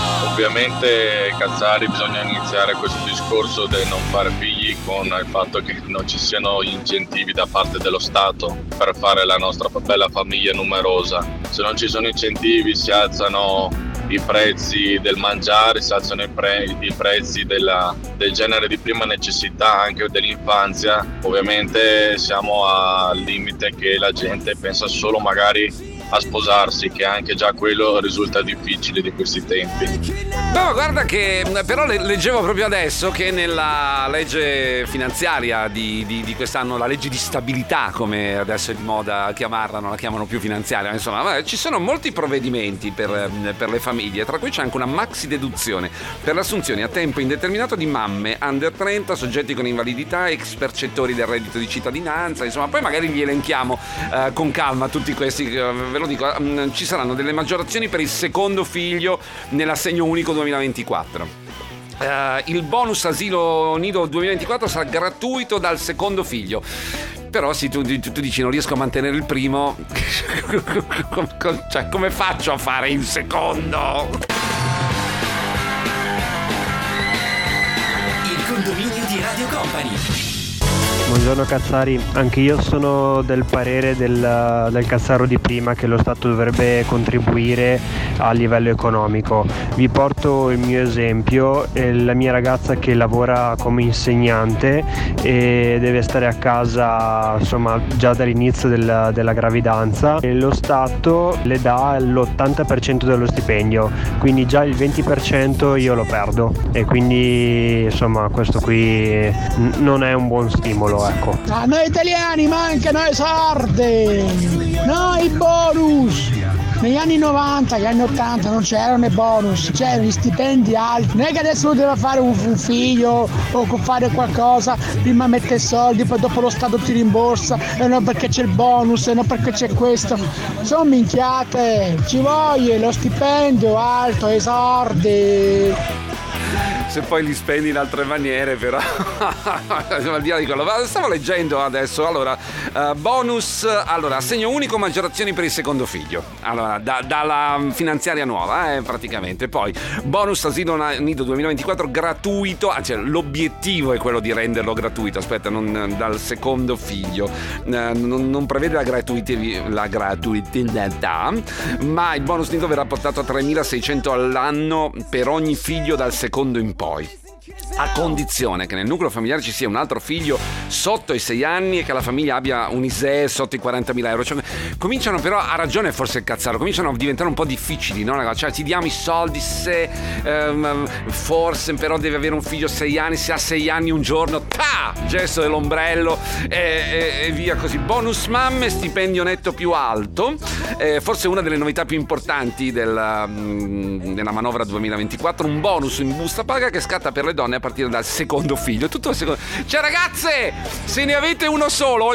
Ovviamente, Cazzari, bisogna iniziare questo discorso del non fare figli con il fatto che non ci siano incentivi da parte dello Stato per fare la nostra bella famiglia numerosa. Se non ci sono incentivi si alzano i prezzi del mangiare, si alzano i, pre- i prezzi della, del genere di prima necessità, anche dell'infanzia. Ovviamente siamo al limite che la gente pensa solo magari a sposarsi, che anche già quello risulta difficile di questi tempi. No, guarda che però leggevo proprio adesso che nella legge finanziaria di, di, di quest'anno, la legge di stabilità, come adesso è di moda chiamarla, non la chiamano più finanziaria, insomma, ci sono molti provvedimenti per, per le famiglie, tra cui c'è anche una maxi deduzione per le assunzioni a tempo indeterminato di mamme under trenta, soggetti con invalidità, ex percettori del reddito di cittadinanza, insomma, poi magari li elenchiamo eh, con calma tutti questi, ve lo dico, mh, ci saranno delle maggiorazioni per il secondo figlio nell'assegno unico duemilaventiquattro. Uh, il bonus asilo nido duemilaventiquattro sarà gratuito dal secondo figlio. Però se tu, tu, tu dici non riesco a mantenere il primo, cioè come faccio a fare il secondo? Il condominio di Radio Company. Buongiorno Cazzari, anche io sono del parere del, del Cazzaro di prima, che lo Stato dovrebbe contribuire a livello economico. Vi porto il mio esempio: la mia ragazza che lavora come insegnante e deve stare a casa, insomma, già dall'inizio della, della gravidanza, e lo Stato le dà l'ottanta per cento dello stipendio, quindi già il venti per cento io lo perdo, e quindi insomma questo qui n- non è un buon stimolo. Ecco. A noi italiani mancano i soldi, no i bonus. Negli anni novanta, negli anni ottanta non c'erano i bonus, c'erano gli stipendi alti. Non è che adesso uno deve fare un, un figlio o fare qualcosa, prima mette i soldi, poi dopo lo Stato ti rimborsa, e non perché c'è il bonus, e non perché c'è questo. Sono minchiate, ci voglio lo stipendio alto, i soldi. Se poi li spendi in altre maniere, però al di là di quello. Stavo leggendo adesso, allora, uh, bonus, allora, assegno unico, maggiorazioni per il secondo figlio, allora, da, dalla finanziaria nuova, eh, praticamente. Poi bonus asilo nido duemilaventiquattro gratuito, ah, cioè, l'obiettivo è quello di renderlo gratuito, aspetta, non dal secondo figlio, uh, non, non prevede la gratuità, la gratuità, ma il bonus nido verrà portato a tremilaseicento all'anno per ogni figlio dal secondo in poi. a condizione che nel nucleo familiare ci sia un altro figlio sotto i sei anni e che la famiglia abbia un I S E E sotto i quarantamila euro. Cioè, cominciano però, ha ragione forse il Cazzaro, cominciano a diventare un po' difficili, no? Cioè ti diamo i soldi se ehm, forse però deve avere un figlio a sei anni, se ha sei anni un giorno, ta! Gesto dell'ombrello e, e, e via così. Bonus mamme, stipendio netto più alto, eh, forse una delle novità più importanti della, mh, della manovra duemilaventiquattro, un bonus in busta paga che scatta per le donne a partire dal secondo figlio. Tutto il secondo. Cioè ragazze, se ne avete uno solo,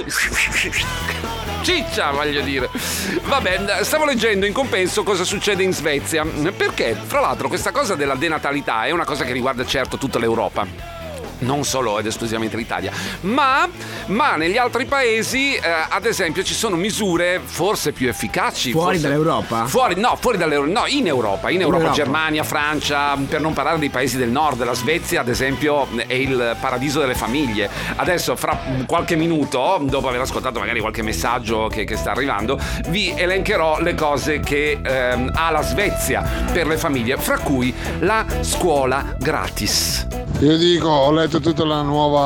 ciccia, voglio dire. Vabbè, stavo leggendo in compenso cosa succede in Svezia, perché fra l'altro questa cosa della denatalità è una cosa che riguarda certo tutta l'Europa, non solo ed esclusivamente l'Italia, ma, ma negli altri paesi, eh, ad esempio, ci sono misure forse più efficaci. Fuori forse, dall'Europa? Fuori, no, fuori dall'Europa, no, in Europa, in Europa, Europa. Germania, Francia, per non parlare dei paesi del nord. La Svezia, ad esempio, è il paradiso delle famiglie. Adesso, fra qualche minuto, dopo aver ascoltato magari qualche messaggio che, che sta arrivando, vi elencherò le cose che ehm, ha la Svezia per le famiglie, fra cui la scuola gratis. Io dico, ho letto tutta la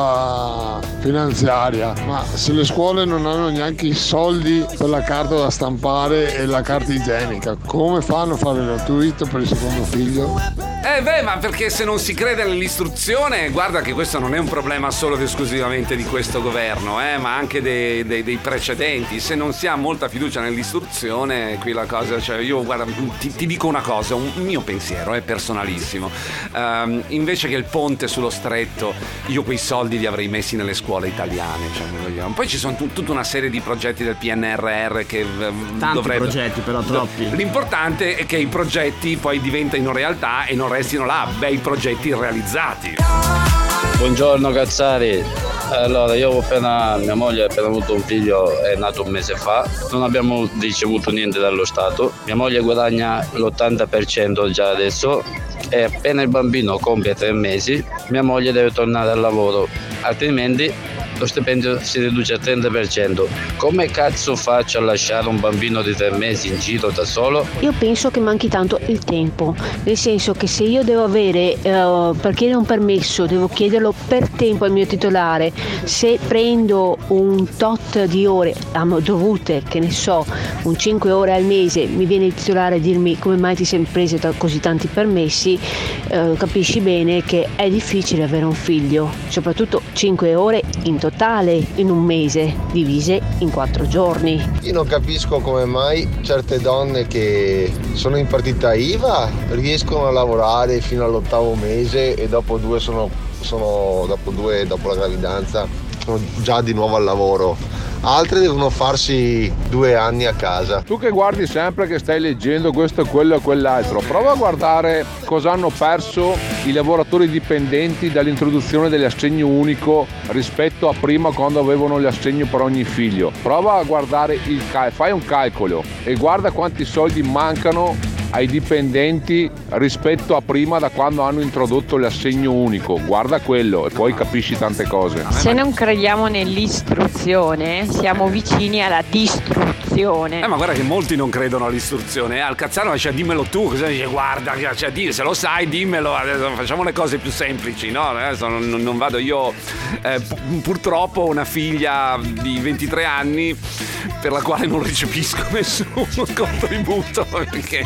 nuova finanziaria, ma se le scuole non hanno neanche i soldi per la carta da stampare e la carta igienica, come fanno a fare gratuito per il secondo figlio? Eh beh, ma perché se non si crede nell'istruzione, guarda che questo non è un problema solo ed esclusivamente di questo governo, eh, ma anche dei, dei, dei precedenti. Se non si ha molta fiducia nell'istruzione, qui la cosa, cioè io guarda, ti, ti dico una cosa, un mio pensiero è personalissimo. Um, invece che il ponte sullo stretto, io quei soldi li avrei messi nelle scuole italiane, cioè, poi ci sono t- tutta una serie di progetti del P N R R che tanti dovrebbero, progetti però troppi. L'importante è che i progetti poi diventino realtà e non restino là bei progetti realizzati. Buongiorno Cazzari. Allora, io ho appena, mia moglie ha appena avuto un figlio, è nato un mese fa, non abbiamo ricevuto niente dallo Stato, mia moglie guadagna l'ottanta per cento già adesso e appena il bambino compie tre mesi mia moglie deve tornare al lavoro, altrimenti lo stipendio si riduce al trenta per cento. Come cazzo faccio a lasciare un bambino di tre mesi in giro da solo? Io penso che manchi tanto il tempo, nel senso che se io devo avere, uh, per chiedere un permesso, devo chiederlo per tempo al mio titolare, se prendo un tot di ore dovute, che ne so, un cinque ore al mese, mi viene il titolare a dirmi come mai ti sei preso così tanti permessi, uh, capisci bene che è difficile avere un figlio, soprattutto cinque ore in totale in un mese, divise in quattro giorni. Io non capisco come mai certe donne che sono in partita I V A riescono a lavorare fino all'ottavo mese e dopo due sono, sono dopo due dopo la gravidanza sono già di nuovo al lavoro. Altre devono farsi due anni a casa. Tu che guardi sempre che stai leggendo questo, quello e quell'altro, prova a guardare cosa hanno perso i lavoratori dipendenti dall'introduzione dell'assegno unico rispetto a prima, quando avevano l'assegno per ogni figlio. Prova a guardare il cal- fai un calcolo e guarda quanti soldi mancano ai dipendenti rispetto a prima, da quando hanno introdotto l'assegno unico. Guarda quello e poi capisci tante cose. Se non crediamo nell'istruzione, siamo vicini alla distruzione. Eh, ma guarda che molti non credono all'istruzione. Eh? Al Cazzaro, cioè, dimmelo tu. Cosa dice? Guarda, cioè, di, se lo sai, dimmelo. Adesso facciamo le cose più semplici, no? Adesso non, non vado io. Eh, purtroppo ho una figlia di ventitré anni per la quale non recepisco nessuno contributo, perché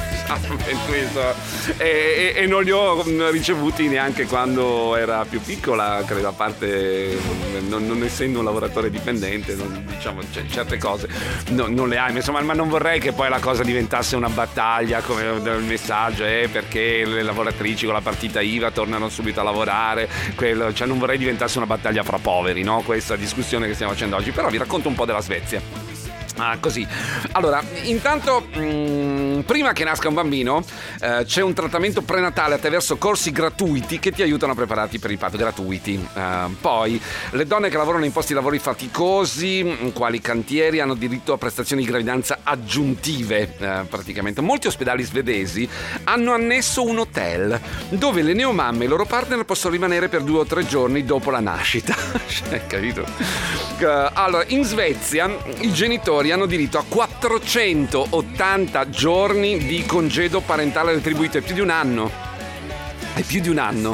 e, e, e non li ho ricevuti neanche quando era più piccola, credo, a parte non, non essendo un lavoratore dipendente, non, diciamo, c- certe cose no, non le hai, insomma, ma non vorrei che poi la cosa diventasse una battaglia come il messaggio è eh, perché le lavoratrici con la partita I V A tornano subito a lavorare, quello, cioè non vorrei diventasse una battaglia fra poveri, no? Questa discussione che stiamo facendo oggi. Però vi racconto un po' della Svezia. Ah, così. Allora, intanto, mh, prima che nasca un bambino, eh, c'è un trattamento prenatale attraverso corsi gratuiti che ti aiutano a prepararti per il parto, gratuiti. Uh, poi, le donne che lavorano in posti di lavori faticosi, quali cantieri, hanno diritto a prestazioni di gravidanza aggiuntive, eh, praticamente. Molti ospedali svedesi hanno annesso un hotel dove le neomamme e i loro partner possono rimanere per due o tre giorni dopo la nascita. Hai capito? Uh, allora, in Svezia i genitori hanno diritto a quattrocentottanta giorni di congedo parentale retribuito. È più di un anno. È più di un anno.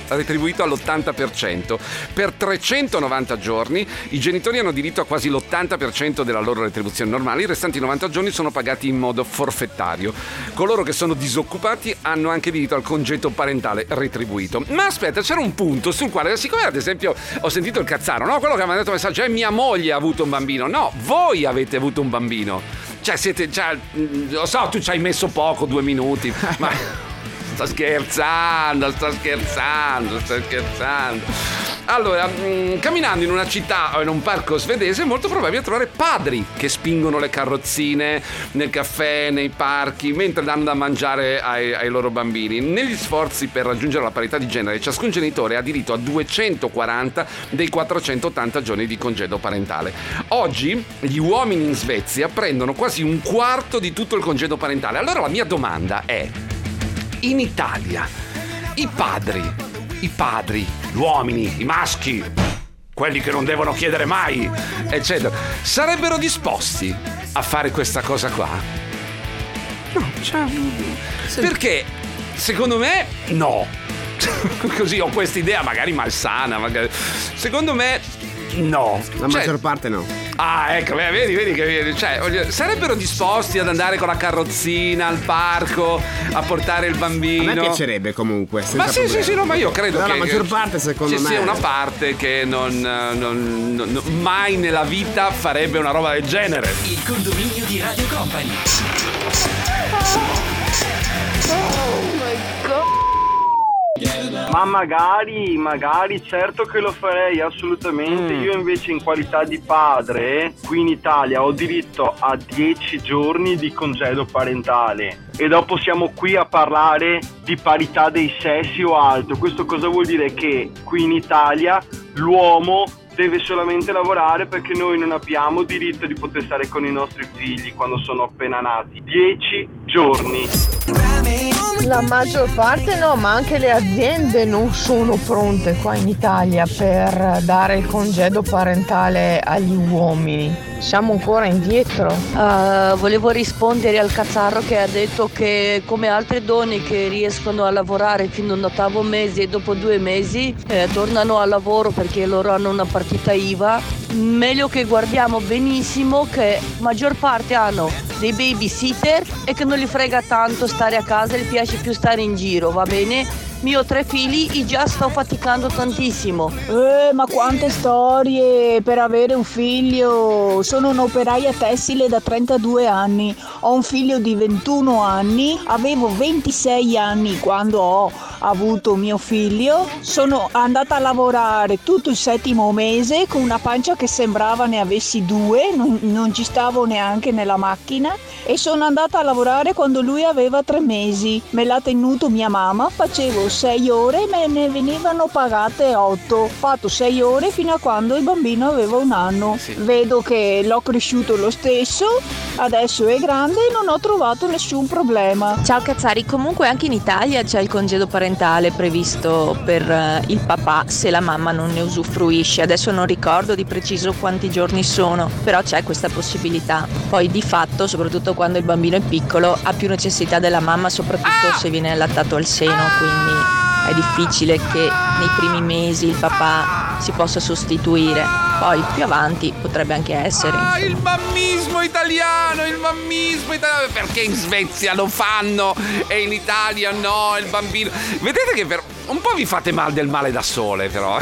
retribuito all'ottanta per cento. Per trecentonovanta giorni i genitori hanno diritto a quasi l'ottanta per cento della loro retribuzione normale, i restanti novanta giorni sono pagati in modo forfettario. Coloro che sono disoccupati hanno anche diritto al congedo parentale retribuito. Ma aspetta, c'era un punto sul quale, siccome ad esempio ho sentito il cazzaro, no? Quello che mi ha mandato un messaggio è mia moglie ha avuto un bambino. No, voi avete avuto un bambino. Cioè siete, cioè, lo so, tu ci hai messo poco, due minuti, ma... Sto scherzando, sto scherzando, sto scherzando. Allora, mh, camminando in una città o in un parco svedese è molto probabile trovare padri che spingono le carrozzine nel caffè, nei parchi, mentre danno da mangiare ai, ai loro bambini. Negli sforzi per raggiungere la parità di genere, ciascun genitore ha diritto a duecentoquaranta dei quattrocentottanta giorni di congedo parentale. Oggi gli uomini in Svezia prendono quasi un quarto di tutto il congedo parentale. Allora la mia domanda è: in Italia i padri, i padri, gli uomini, i maschi, quelli che non devono chiedere mai, eccetera, sarebbero disposti a fare questa cosa qua? No, cioè, sì. Perché secondo me no. Così ho questa idea magari malsana, magari. Secondo me no. La cioè, maggior parte no. Ah, ecco, vedi, vedi che cioè, sarebbero disposti ad andare con la carrozzina al parco a portare il bambino. A me piacerebbe comunque. Ma sì, sì, sì, no, ma io credo però che la maggior parte, secondo ci me, sia una parte che non, non, non mai nella vita farebbe una roba del genere. Il condominio di Radio Company. Oh my God. Ma magari, magari, certo che lo farei, assolutamente. Mm. Io invece in qualità di padre, qui in Italia ho diritto a dieci giorni di congedo parentale. E dopo siamo qui a parlare di parità dei sessi o altro. Questo cosa vuol dire? Che qui in Italia l'uomo deve solamente lavorare, perché noi non abbiamo diritto di poter stare con i nostri figli quando sono appena nati. Dieci giorni. La maggior parte no, ma anche le aziende non sono pronte qua in Italia per dare il congedo parentale agli uomini. Siamo ancora indietro. Uh, volevo rispondere al cazzarro che ha detto che come altre donne che riescono a lavorare fino all'ottavo mese e dopo due mesi eh, tornano al lavoro perché loro hanno una partita I V A. Meglio che guardiamo benissimo che maggior parte hanno dei babysitter e che non gli frega tanto stare a casa, gli piace più stare in giro, va bene? Io ho tre figli e già sto faticando tantissimo. Eh, ma quante storie per avere un figlio. Sono un'operaia tessile da trentadue anni. Ho un figlio di ventuno anni. Avevo ventisei anni quando ho avuto mio figlio. Sono andata a lavorare tutto il settimo mese con una pancia che sembrava ne avessi due. Non, non ci stavo neanche nella macchina. E sono andata a lavorare quando lui aveva tre mesi. Me l'ha tenuto mia mamma. Facevo sei ore e me ne venivano pagate otto. Ho fatto sei ore fino a quando il bambino aveva un anno. Sì. Vedo che l'ho cresciuto lo stesso, adesso è grande e non ho trovato nessun problema. Ciao Cazzari, comunque anche in Italia c'è il congedo parentale previsto per uh, il papà se la mamma non ne usufruisce. Adesso non ricordo di preciso quanti giorni sono, però c'è questa possibilità. Poi di fatto, soprattutto quando il bambino è piccolo, ha più necessità della mamma, soprattutto ah! se viene allattato al seno, quindi è difficile che nei primi mesi il papà si possa sostituire. Poi più avanti potrebbe anche essere. Ah, il mammismo italiano, il mammismo italiano. Perché in Svezia lo fanno e in Italia no, il bambino. Vedete che per un po' vi fate mal del male da sole, però.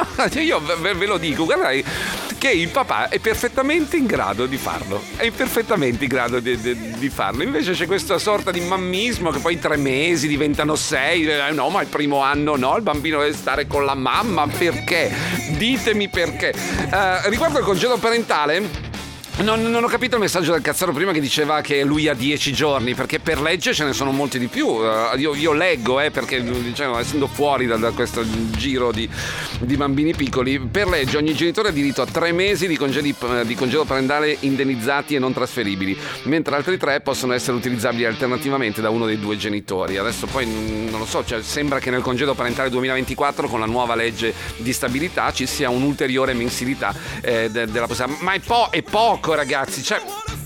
Io ve, ve lo dico, guardate che il papà è perfettamente in grado di farlo. È perfettamente in grado di, di, di farlo. Invece c'è questa sorta di mammismo che poi tre mesi diventano sei. Eh, no, ma il primo anno no, il bambino deve stare con la mamma. Perché? Ditemi perché. Uh, riguardo il congedo parentale, non, non ho capito il messaggio del cazzaro prima che diceva che lui ha dieci giorni, perché per legge ce ne sono molti di più. Uh, io, io leggo, eh, perché diciamo, essendo fuori da, da questo giro di, di bambini piccoli, per legge ogni genitore ha diritto a tre mesi di, congedi, di congedo parentale indennizzati e non trasferibili, mentre altri tre possono essere utilizzabili alternativamente da uno dei due genitori. Adesso poi non lo so, cioè, sembra che nel congedo parentale duemilaventiquattro con la nuova legge di stabilità ci sia un'ulteriore mensilità eh, de, della possibilità, ma è, po- è poco, ragazzi, cioè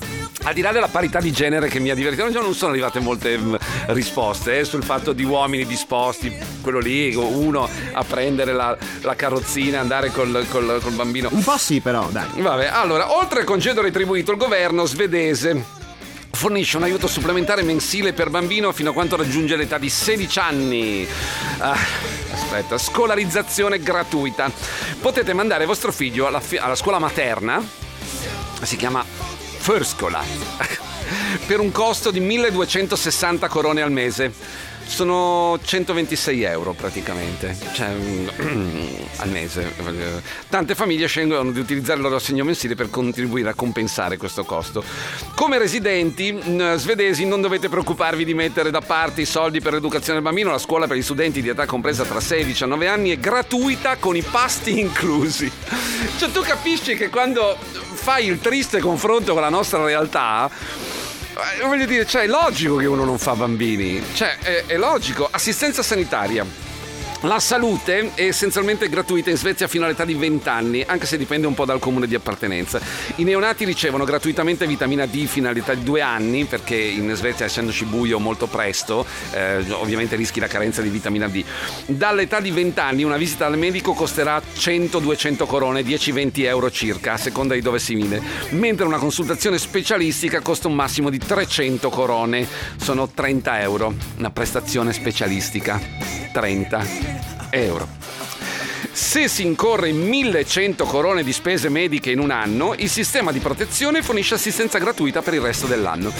al di là della parità di genere che mi ha divertito, non sono arrivate molte risposte eh, sul fatto di uomini disposti, quello lì, uno a prendere la, la carrozzina, andare col, col, col bambino. Un po' sì, però, dai. Vabbè, allora, oltre al congedo retribuito, il governo svedese fornisce un aiuto supplementare mensile per bambino fino a quando raggiunge l'età di sedici anni. Ah, aspetta, scolarizzazione gratuita. Potete mandare vostro figlio alla, fi- alla scuola materna, si chiama Förskola, per un costo di milleduecentosessanta corone al mese. Sono centoventisei euro praticamente, cioè al mese. Tante famiglie scelgono di utilizzare il loro assegno mensile per contribuire a compensare questo costo. Come residenti svedesi non dovete preoccuparvi di mettere da parte i soldi per l'educazione del bambino. La scuola per gli studenti di età compresa tra sei e diciannove anni è gratuita con i pasti inclusi. Cioè tu capisci che quando fai il triste confronto con la nostra realtà, voglio dire, cioè è logico che uno non fa bambini, cioè è, è logico. Assistenza sanitaria. La salute è essenzialmente gratuita in Svezia fino all'età di venti anni, anche se dipende un po' dal comune di appartenenza. I neonati ricevono gratuitamente vitamina D fino all'età di due anni, perché in Svezia, essendoci buio molto presto, eh, ovviamente rischi la carenza di vitamina D. Dall'età di venti anni una visita al medico costerà cento duecento corone, dieci venti euro circa, a seconda di dove si vive, mentre una consultazione specialistica costa un massimo di trecento corone, sono trenta euro. Una prestazione specialistica, trenta euro. Se si incorre in millecento corone di spese mediche in un anno, il sistema di protezione fornisce assistenza gratuita per il resto dell'anno.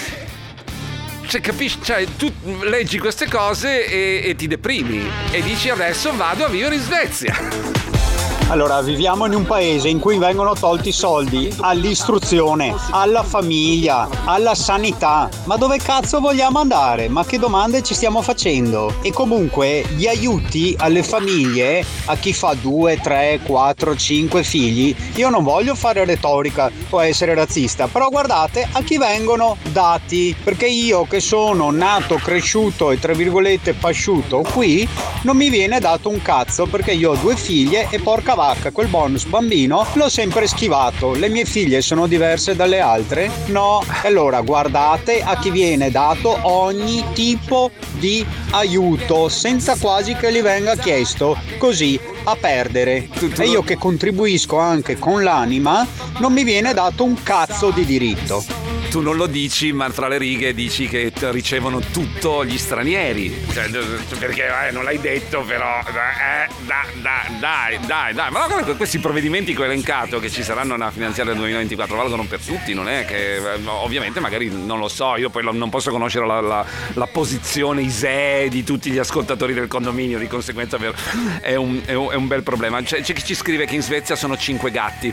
Cioè, capisci? Cioè, tu leggi queste cose e, e ti deprimi e dici adesso vado a vivere in Svezia. Allora, viviamo in un paese in cui vengono tolti soldi all'istruzione, alla famiglia, alla sanità. Ma dove cazzo vogliamo andare? Ma che domande ci stiamo facendo? E comunque gli aiuti alle famiglie, a chi fa due, tre, quattro, cinque figli, io non voglio fare retorica o essere razzista, però guardate a chi vengono dati, perché io che sono nato, cresciuto e tra virgolette pasciuto qui, non mi viene dato un cazzo perché io ho due figlie e porca vacca, quel bonus bambino l'ho sempre schivato. Le mie figlie sono diverse dalle altre? No. Allora guardate a chi viene dato ogni tipo di aiuto senza quasi che gli venga chiesto, così a perdere. E io che contribuisco anche con l'anima non mi viene dato un cazzo di diritto. Tu non lo dici, ma fra le righe dici che ricevono tutto gli stranieri, cioè, perché eh, non l'hai detto, però eh, da, da, dai, dai, dai. Ma guarda, questi provvedimenti che ho elencato, che ci saranno nella finanziaria del duemilaventiquattro, valgono per tutti, non è che ovviamente magari non lo so, io poi non posso conoscere la, la, la posizione I S E E di tutti gli ascoltatori del condominio, di conseguenza è un, è un, è un bel problema. C'è, c'è chi ci scrive che in Svezia sono cinque gatti,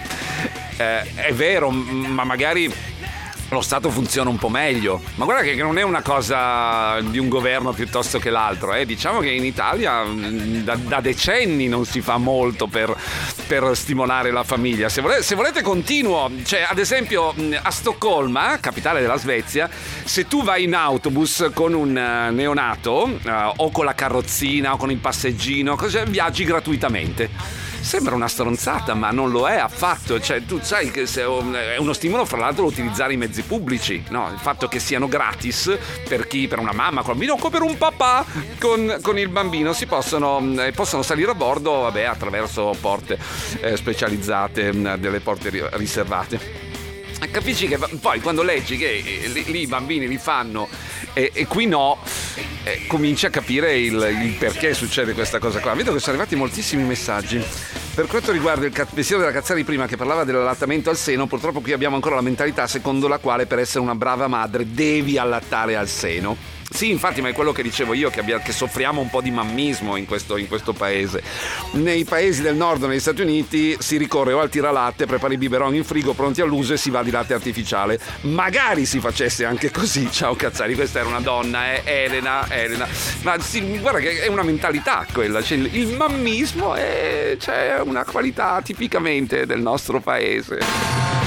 eh, è vero, ma magari lo Stato funziona un po' meglio, ma guarda che non è una cosa di un governo piuttosto che l'altro, eh. Diciamo che in Italia da, da decenni non si fa molto per, per stimolare la famiglia. Se volete, se volete continuo, cioè ad esempio a Stoccolma, capitale della Svezia, se tu vai in autobus con un neonato uh, o con la carrozzina o con il passeggino, così, viaggi gratuitamente. Sembra una stronzata, ma non lo è affatto. Cioè, tu sai che se è uno stimolo, fra l'altro, utilizzare i mezzi pubblici, no? Il fatto che siano gratis per chi, per una mamma con il bambino o per un papà con, con il bambino, si possono, eh, possono salire a bordo, vabbè, attraverso porte eh, specializzate, mh, delle porte ri- riservate. Capisci che poi quando leggi che eh, lì, lì i bambini li fanno e, e qui no, eh, cominci a capire il, il perché succede questa cosa qua. Vedo che sono arrivati moltissimi messaggi. Per quanto riguarda il pensiero della Cazzari prima, che parlava dell'allattamento al seno, purtroppo qui abbiamo ancora la mentalità secondo la quale per essere una brava madre devi allattare al seno. Sì, infatti, ma è quello che dicevo io, che, abbia, che soffriamo un po' di mammismo in questo, in questo paese. Nei paesi del nord, negli Stati Uniti, si ricorre o al tiralatte, prepari i biberon in frigo pronti all'uso e si va di latte artificiale. Magari si facesse anche così. Ciao Cazzari, questa era una donna, eh? Elena, Elena. Ma sì, guarda che è una mentalità quella, cioè, il mammismo è, cioè, una qualità tipicamente del nostro paese.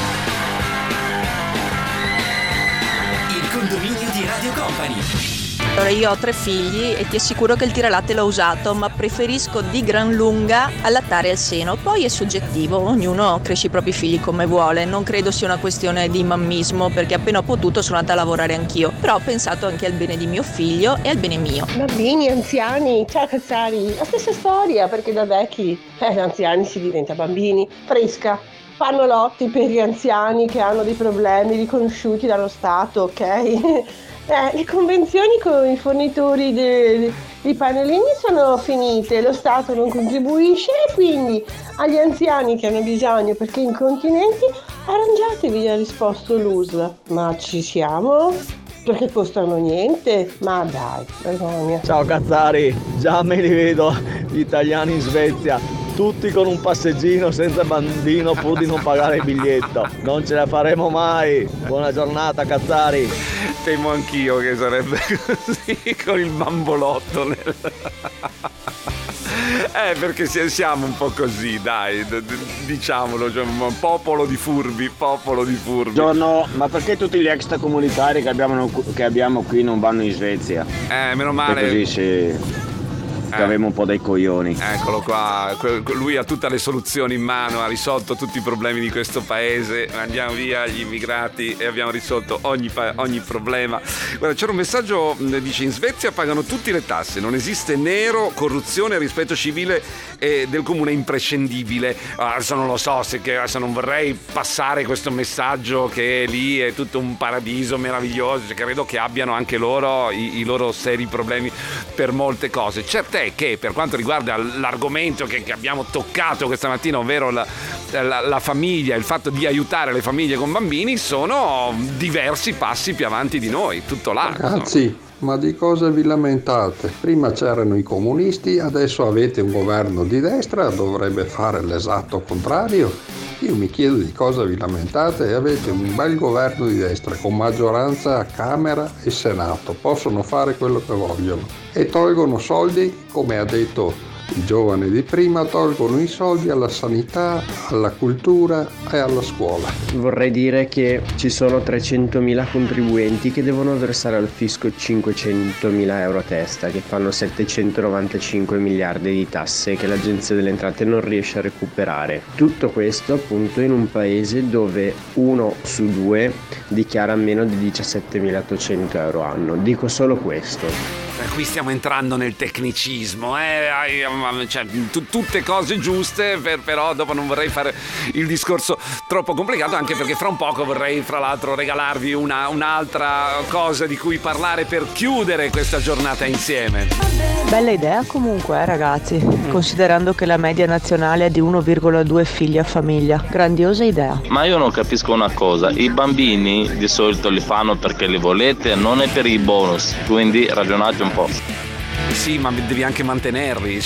Il condominio di Radio Company. Allora, io ho tre figli e ti assicuro che il tiralatte l'ho usato, ma preferisco di gran lunga allattare al seno. Poi è soggettivo, ognuno cresce i propri figli come vuole. Non credo sia una questione di mammismo, perché appena ho potuto sono andata a lavorare anch'io. Però ho pensato anche al bene di mio figlio e al bene mio. Bambini, anziani, ciao Cazzari, la stessa storia, perché da vecchi, eh, da anziani si diventa bambini. Fresca. Fanno lotti per gli anziani che hanno dei problemi riconosciuti dallo Stato, ok? Eh, le convenzioni con i fornitori dei, dei pannolini sono finite, lo Stato non contribuisce e quindi agli anziani che hanno bisogno perché incontinenti arrangiatevi, ha risposto l'U S L. Ma ci siamo? Perché costano niente? Ma dai, vergogna. Ciao Cazzari, già me li vedo gli italiani in Svezia, tutti con un passeggino senza bambino pur di non pagare il biglietto. Non ce la faremo mai. Buona giornata Cazzari. Temo anch'io che sarebbe così con il bambolotto nel... Eh, perché siamo un po' così, dai, diciamolo, cioè un popolo di furbi, popolo di furbi. Buongiorno, ma perché tutti gli extracomunitari che abbiamo, che abbiamo qui non vanno in Svezia? Eh, meno male. E così si... che avevamo un po' dei coglioni. Eccolo qua, lui ha tutte le soluzioni in mano, ha risolto tutti i problemi di questo paese. Andiamo via gli immigrati e abbiamo risolto ogni, ogni problema. Guarda, c'era un messaggio, dice: in Svezia pagano tutti le tasse, non esiste nero, corruzione, rispetto civile e del comune è imprescindibile. Adesso non lo so, se, che, adesso non vorrei passare questo messaggio che lì è tutto un paradiso meraviglioso, cioè, credo che abbiano anche loro i, i loro seri problemi per molte cose. Certo è che per quanto riguarda l'argomento che, che abbiamo toccato questa mattina, ovvero la, la, la famiglia, il fatto di aiutare le famiglie con bambini, sono diversi passi più avanti di noi, tutto là. Ragazzi, ma di cosa vi lamentate? Prima c'erano i comunisti, adesso avete un governo di destra, dovrebbe fare l'esatto contrario. Io mi chiedo di cosa vi lamentate e avete un bel governo di destra con maggioranza a Camera e Senato, possono fare quello che vogliono e tolgono soldi, come ha detto il giovane di prima, tolgono i soldi alla sanità, alla cultura e alla scuola. Vorrei dire che ci sono trecentomila contribuenti che devono versare al fisco cinquecentomila euro a testa, che fanno settecentonovantacinque miliardi di tasse che l'Agenzia delle Entrate non riesce a recuperare. Tutto questo appunto in un paese dove uno su due dichiara meno di diciassettemilaottocento euro anno. Dico solo questo. Qui stiamo entrando nel tecnicismo, eh? Cioè, t- tutte cose giuste, per, però dopo non vorrei fare il discorso troppo complicato, anche perché fra un poco vorrei fra l'altro regalarvi una, un'altra cosa di cui parlare per chiudere questa giornata insieme. Bella idea comunque, eh, ragazzi, mm. considerando che la media nazionale è di uno virgola due figli a famiglia. Grandiosa idea. Ma io non capisco una cosa, i bambini di solito li fanno perché li volete, non è per i bonus, quindi ragionate un po'. Sì, ma devi anche mantenerli.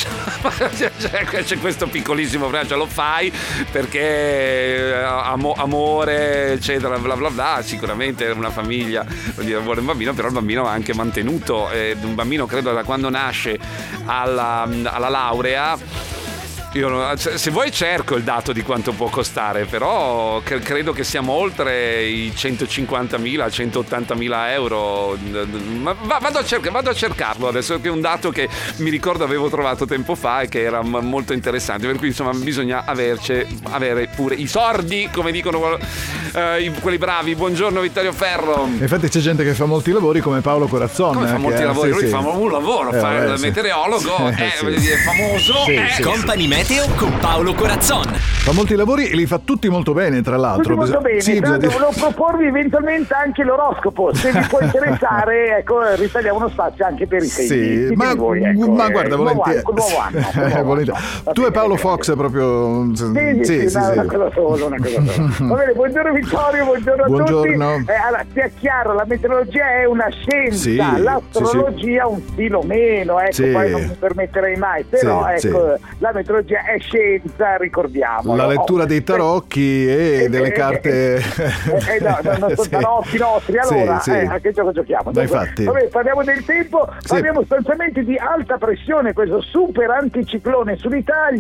C'è questo piccolissimo problema, cioè lo fai perché amo, amore, eccetera, bla bla bla. Sicuramente una famiglia vuole un bambino, però il bambino va anche mantenuto. Eh, un bambino, credo, da quando nasce alla, alla laurea. Io, se vuoi cerco il dato di quanto può costare, però credo che siamo oltre i centocinquantamila, centottantamila euro. Ma vado a, cerca, vado a cercarlo adesso, che è un dato che mi ricordo avevo trovato tempo fa e che era molto interessante, per cui insomma bisogna averci, avere pure i sordi, come dicono eh, quelli bravi. Buongiorno Vittorio Ferro. Infatti c'è gente che fa molti lavori come Paolo Corazzon. Come fa molti che, lavori? sì, Lui sì. fa un lavoro, eh, fa vabbè, il sì. meteorologo, eh, è sì. voglio dire, famoso. Sì, eh. sì, Company Meteo con Paolo Corazzon. Fa molti lavori e li fa tutti molto bene, tra l'altro. Tutti molto bene, sì, tra l'altro bisogna... volevo proporvi eventualmente anche l'oroscopo, se vi può interessare, ecco, ritagliamo uno spazio anche per i segni. Sì, ma, voi, ecco, ma eh, guarda, volentieri. Nuovo anno, nuovo anno, volentieri. Tu e Paolo Fox è proprio... Sì, sì, sì, sì, sì, una, sì. una cosa sola, una cosa sola. Va bene, buongiorno Vittorio, buongiorno a buongiorno. tutti. Eh, allora, sia chiaro, la meteorologia è una scienza, sì, l'astrologia sì, un filo meno, ecco, sì. poi non mi permetterei mai, però sì, ecco, sì. la meteorologia è scienza, ricordiamo. La lettura dei tarocchi e eh, delle eh, carte... Eh, eh, no, non sono sì. tarocchi nostri, allora, sì, sì. Eh, a che gioco giochiamo? Dai, Dunque, fatti. vabbè, parliamo del tempo, sì. parliamo sostanzialmente di alta pressione, questo super anticiclone sull'Italia,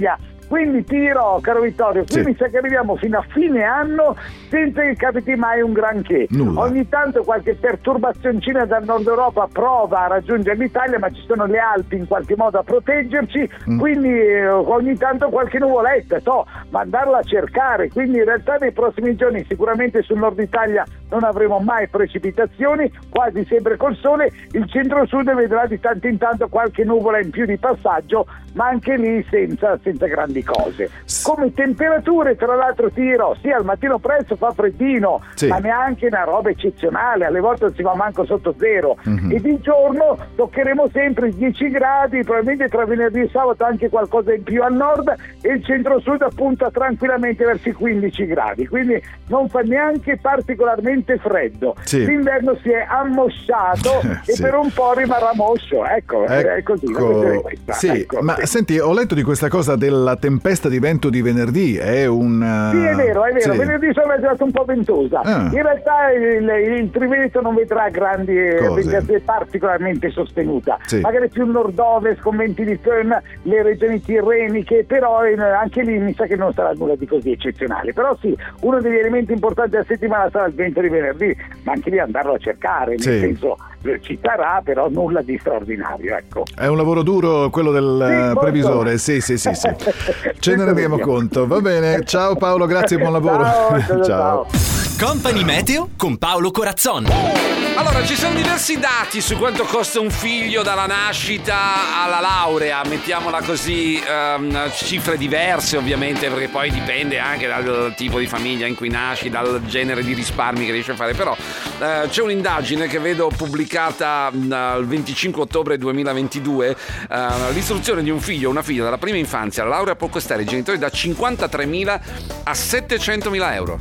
Quindi ti dirò, caro Vittorio, qui Sì. mi sa che arriviamo fino a fine anno senza che capiti mai un granché. Nulla. Ogni tanto qualche perbazioncina dal nord Europa prova a raggiungere l'Italia, ma ci sono le Alpi in qualche modo a proteggerci, Mm. quindi eh, ogni tanto qualche nuvoletta, so, ma andarla a cercare. Quindi in realtà nei prossimi giorni sicuramente sul nord Italia non avremo mai precipitazioni, quasi sempre col sole. Il centro-sud vedrà di tanto in tanto qualche nuvola in più di passaggio, ma anche lì senza, senza grandi cose. Come temperature, tra l'altro ti dirò, sì, al mattino presto fa freddino, Sì. ma neanche una roba eccezionale, alle volte non si va manco sotto zero. Mhm. E di giorno toccheremo sempre i dieci gradi, probabilmente tra venerdì e sabato anche qualcosa in più al nord, e il centro-sud appunta tranquillamente verso i quindici gradi, quindi non fa neanche particolarmente freddo. Sì. L'inverno si è ammosciato e Sì. per un po' rimarrà moscio, ecco, è così, la questione è questa. Sì, Ecco, ma sì. senti, ho letto di questa cosa della tempesta di vento di venerdì, è un... Sì, è vero, è vero. Sì. Venerdì sarà una giornata un po' ventosa. Ah. In realtà il, il Triveneto non vedrà grandi Cose. ventative particolarmente sostenuta. Sì. Magari più nord-ovest con venti di Föhn, le regioni tirreniche, però eh, anche lì mi sa che non sarà nulla di così eccezionale. Però sì, uno degli elementi importanti della settimana sarà il vento di venerdì, ma anche lì andarlo a cercare, nel Sì. senso eh, ci sarà, però nulla di straordinario, ecco. È un lavoro duro quello del Sì, eh, molto. previsore, sì sì sì, sì. Ce ne Questo rendiamo dobbiamo. conto, va bene, ciao Paolo, grazie, buon lavoro. Ciao, ciao, ciao. Company Meteo con Paolo Corazzon. Allora, ci sono diversi dati su quanto costa un figlio dalla nascita alla laurea, mettiamola così, ehm, cifre diverse ovviamente, perché poi dipende anche dal tipo di famiglia in cui nasci, dal genere di risparmi che riesci a fare, però eh, c'è un'indagine che vedo pubblicata mh, il venticinque ottobre duemilaventidue, eh, l'istruzione di un figlio o una figlia dalla prima infanzia alla laurea può costare ai genitori da cinquantatremila a settecentomila euro.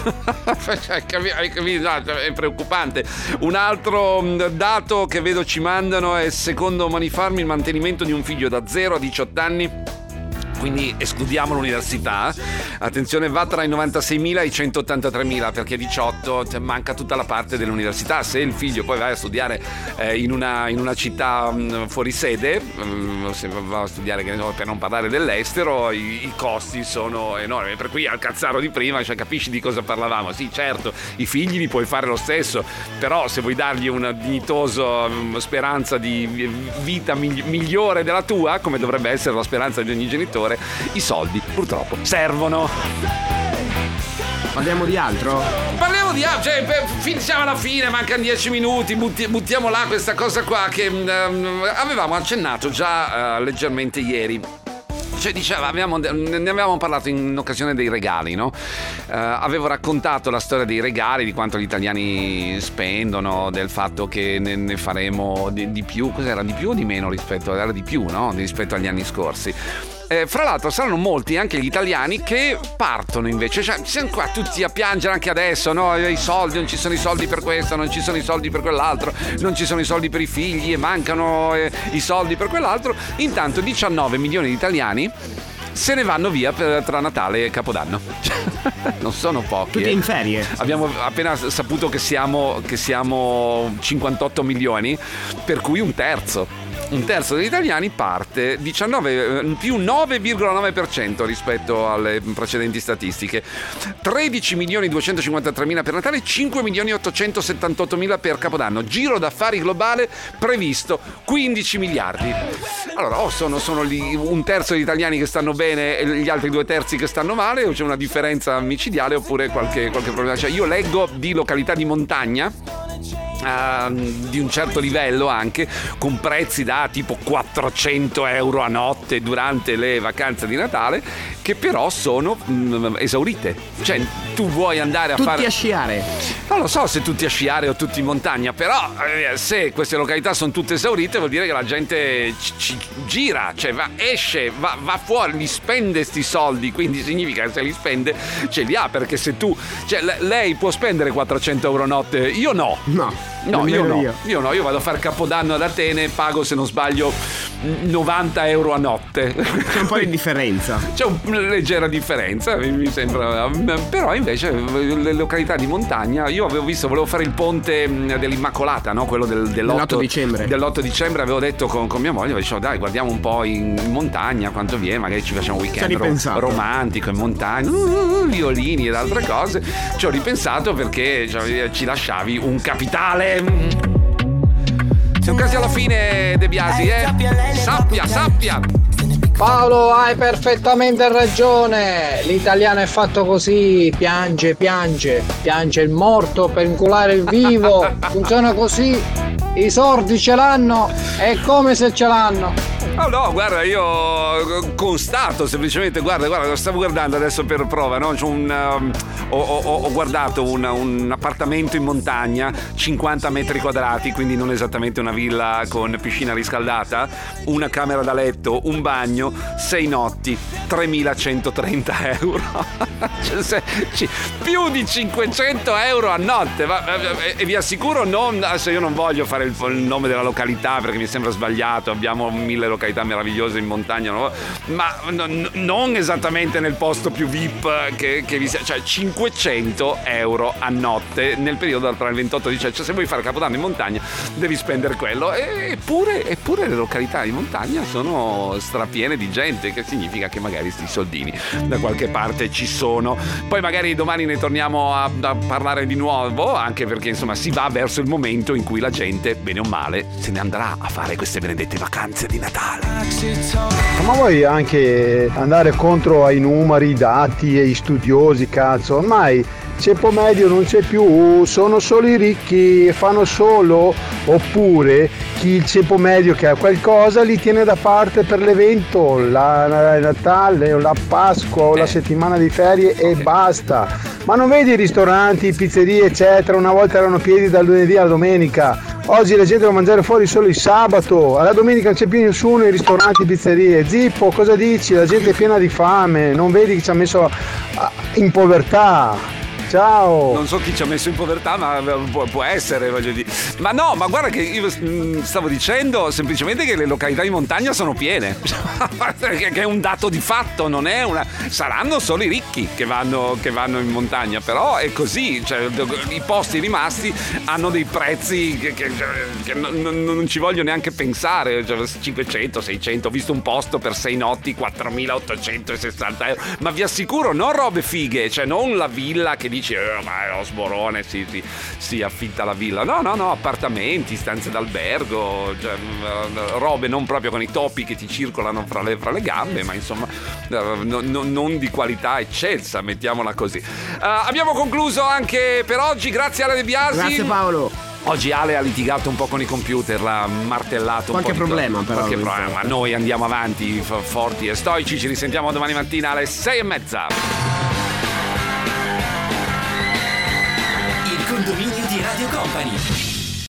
Cioè, capi- hai capito? No, cioè, è preoccupante. Un altro mh, dato che vedo ci mandano è, secondo Manifarm, il mantenimento di un figlio da zero a diciotto anni, quindi escludiamo l'università, attenzione, va tra i novantaseimila e i centottantatremila, perché diciotto cioè, manca tutta la parte dell'università. Se il figlio poi va a studiare eh, in, una, in una città mh, fuori sede, mh, se va a studiare, che ne so, per non parlare dell'estero, i, i costi sono enormi. Per cui al cazzaro di prima, cioè, capisci di cosa parlavamo? Sì, certo, i figli li puoi fare lo stesso, però se vuoi dargli una dignitosa mh, speranza di vita migli- migliore della tua, come dovrebbe essere la speranza di ogni genitore, i soldi purtroppo servono. Parliamo di altro? Parliamo di altro, cioè, per- fin- siamo alla fine, mancano dieci minuti, butti- buttiamo là questa cosa qua che um, avevamo accennato già uh, leggermente ieri. Cioè, diceva, abbiamo, ne avevamo parlato in occasione dei regali, no? Uh, avevo raccontato la storia dei regali, di quanto gli italiani spendono, del fatto che ne, ne faremo di, di più. Cos'era, di più o di meno rispetto? Era di più, no? Rispetto agli anni scorsi. Eh, fra l'altro saranno molti anche gli italiani che partono invece, cioè siamo qua tutti a piangere anche adesso, no? I soldi, non ci sono i soldi per questo, non ci sono i soldi per quell'altro, non ci sono i soldi per i figli e mancano eh, i soldi per quell'altro. Intanto diciannove milioni di italiani se ne vanno via per, tra Natale e Capodanno. Non sono pochi. Tutti eh. in ferie. Abbiamo appena saputo che siamo, che siamo cinquantotto milioni, per cui un terzo. Un terzo degli italiani parte, diciannove più nove virgola nove per cento rispetto alle precedenti statistiche. tredici milioni duecentocinquantatremila per Natale, cinque milioni ottocentosettantottomila per Capodanno. Giro d'affari globale previsto quindici miliardi. Allora, o sono, sono lì un terzo degli italiani che stanno bene e gli altri due terzi che stanno male, o c'è una differenza micidiale, oppure qualche, qualche problema. Cioè, io leggo di località di montagna, Uh, di un certo livello anche, con prezzi da tipo quattrocento euro a notte durante le vacanze di Natale, che però sono mm, esaurite. Cioè, tu vuoi andare a tutti fare tutti a sciare. Non lo so se tutti a sciare o tutti in montagna, però eh, se queste località sono tutte esaurite vuol dire che la gente ci, ci gira, cioè va, esce, va, va fuori, li spende sti soldi, quindi significa che se li spende ce li ha, perché se tu, cioè l- lei può spendere quattrocento euro notte, io no. No. No, io no. Io. io no, io vado a fare Capodanno ad Atene, pago se non sbaglio novanta euro a notte. C'è un po' di differenza. C'è una leggera differenza, mi sembra. Però invece le località di montagna, io avevo visto, volevo fare il ponte dell'Immacolata, no? Quello del, dell'otto dicembre. Dell'otto dicembre avevo detto con, con mia moglie, dicevo dai guardiamo un po' in, in montagna quanto viene, magari ci facciamo un weekend ro- romantico in montagna, uh, violini ed altre cose. Ci ho ripensato perché cioè, ci lasciavi un capitale. Siamo quasi alla fine, De Biasi, eh? Sappia, sappia! Paolo, hai perfettamente ragione. L'italiano è fatto così, piange, piange, piange il morto per inculare il vivo. Funziona così. I sordi ce l'hanno, è come se ce l'hanno. Oh no, guarda, io constato semplicemente, guarda, guarda, lo stavo guardando adesso per prova, no? C'è un, um, ho, ho, ho guardato un, un appartamento in montagna, cinquanta metri quadrati, quindi non esattamente una villa con piscina riscaldata, una camera da letto, un bagno, sei notti, tremilacentotrenta euro. Cioè, se, ci, più di cinquecento euro a notte, ma, e vi assicuro, non, adesso io non voglio fare il, il nome della località perché mi sembra sbagliato, abbiamo mille località meravigliose in montagna, no? Ma no, non esattamente nel posto più V I P che, che vi sia, cioè cinquecento euro a notte nel periodo tra il ventotto dicembre, cioè se vuoi fare Capodanno in montagna devi spendere quello, eppure, eppure le località in montagna sono strapiene di gente, che significa che magari sti soldini da qualche parte ci sono. Poi magari domani ne torniamo a, a parlare di nuovo, anche perché insomma si va verso il momento in cui la gente, bene o male, se ne andrà a fare queste benedette vacanze di Natale. Ma vuoi anche andare contro ai numeri, i dati e i studiosi, cazzo? Ormai il cepo medio non c'è più, sono solo i ricchi, fanno solo, oppure chi il cepo medio che ha qualcosa li tiene da parte per l'evento, la, la Natale o la Pasqua o la settimana di ferie e basta. Ma non vedi i ristoranti, i pizzerie eccetera, una volta erano pieni dal lunedì alla domenica. Oggi la gente deve mangiare fuori solo il sabato, alla domenica non c'è più nessuno in ristoranti, pizzerie. Zippo, cosa dici? La gente è piena di fame, non vedi che ci ha messo in povertà? Ciao! Non so chi ci ha messo in povertà, ma può, può essere, voglio dire. Ma no, ma guarda che io stavo dicendo semplicemente che le località di montagna sono piene. Che è un dato di fatto, non è una. Saranno solo i ricchi che vanno, che vanno in montagna, però è così. Cioè, i posti rimasti hanno dei prezzi che, che, che non, non ci voglio neanche pensare. Cioè, cinquecento, seicento, ho visto un posto per sei notti, quattromilaottocentosessanta euro. Ma vi assicuro, non robe fighe, cioè non la villa che dice Eh, ma è lo sborone, si, si, si affitta la villa. No, no, no, appartamenti, stanze d'albergo, cioè, robe non proprio con i topi che ti circolano fra le, fra le gambe, ma insomma no, no, non di qualità eccelsa, mettiamola così. Uh, abbiamo concluso anche per oggi, grazie Ale De Biasi. Grazie Paolo. Oggi Ale ha litigato un po' con i computer, l'ha martellato un qualche po' problema di... però qualche problema, ma noi andiamo avanti f- forti e stoici. Ci risentiamo domani mattina alle sei e mezza. Il condominio di Radio Company.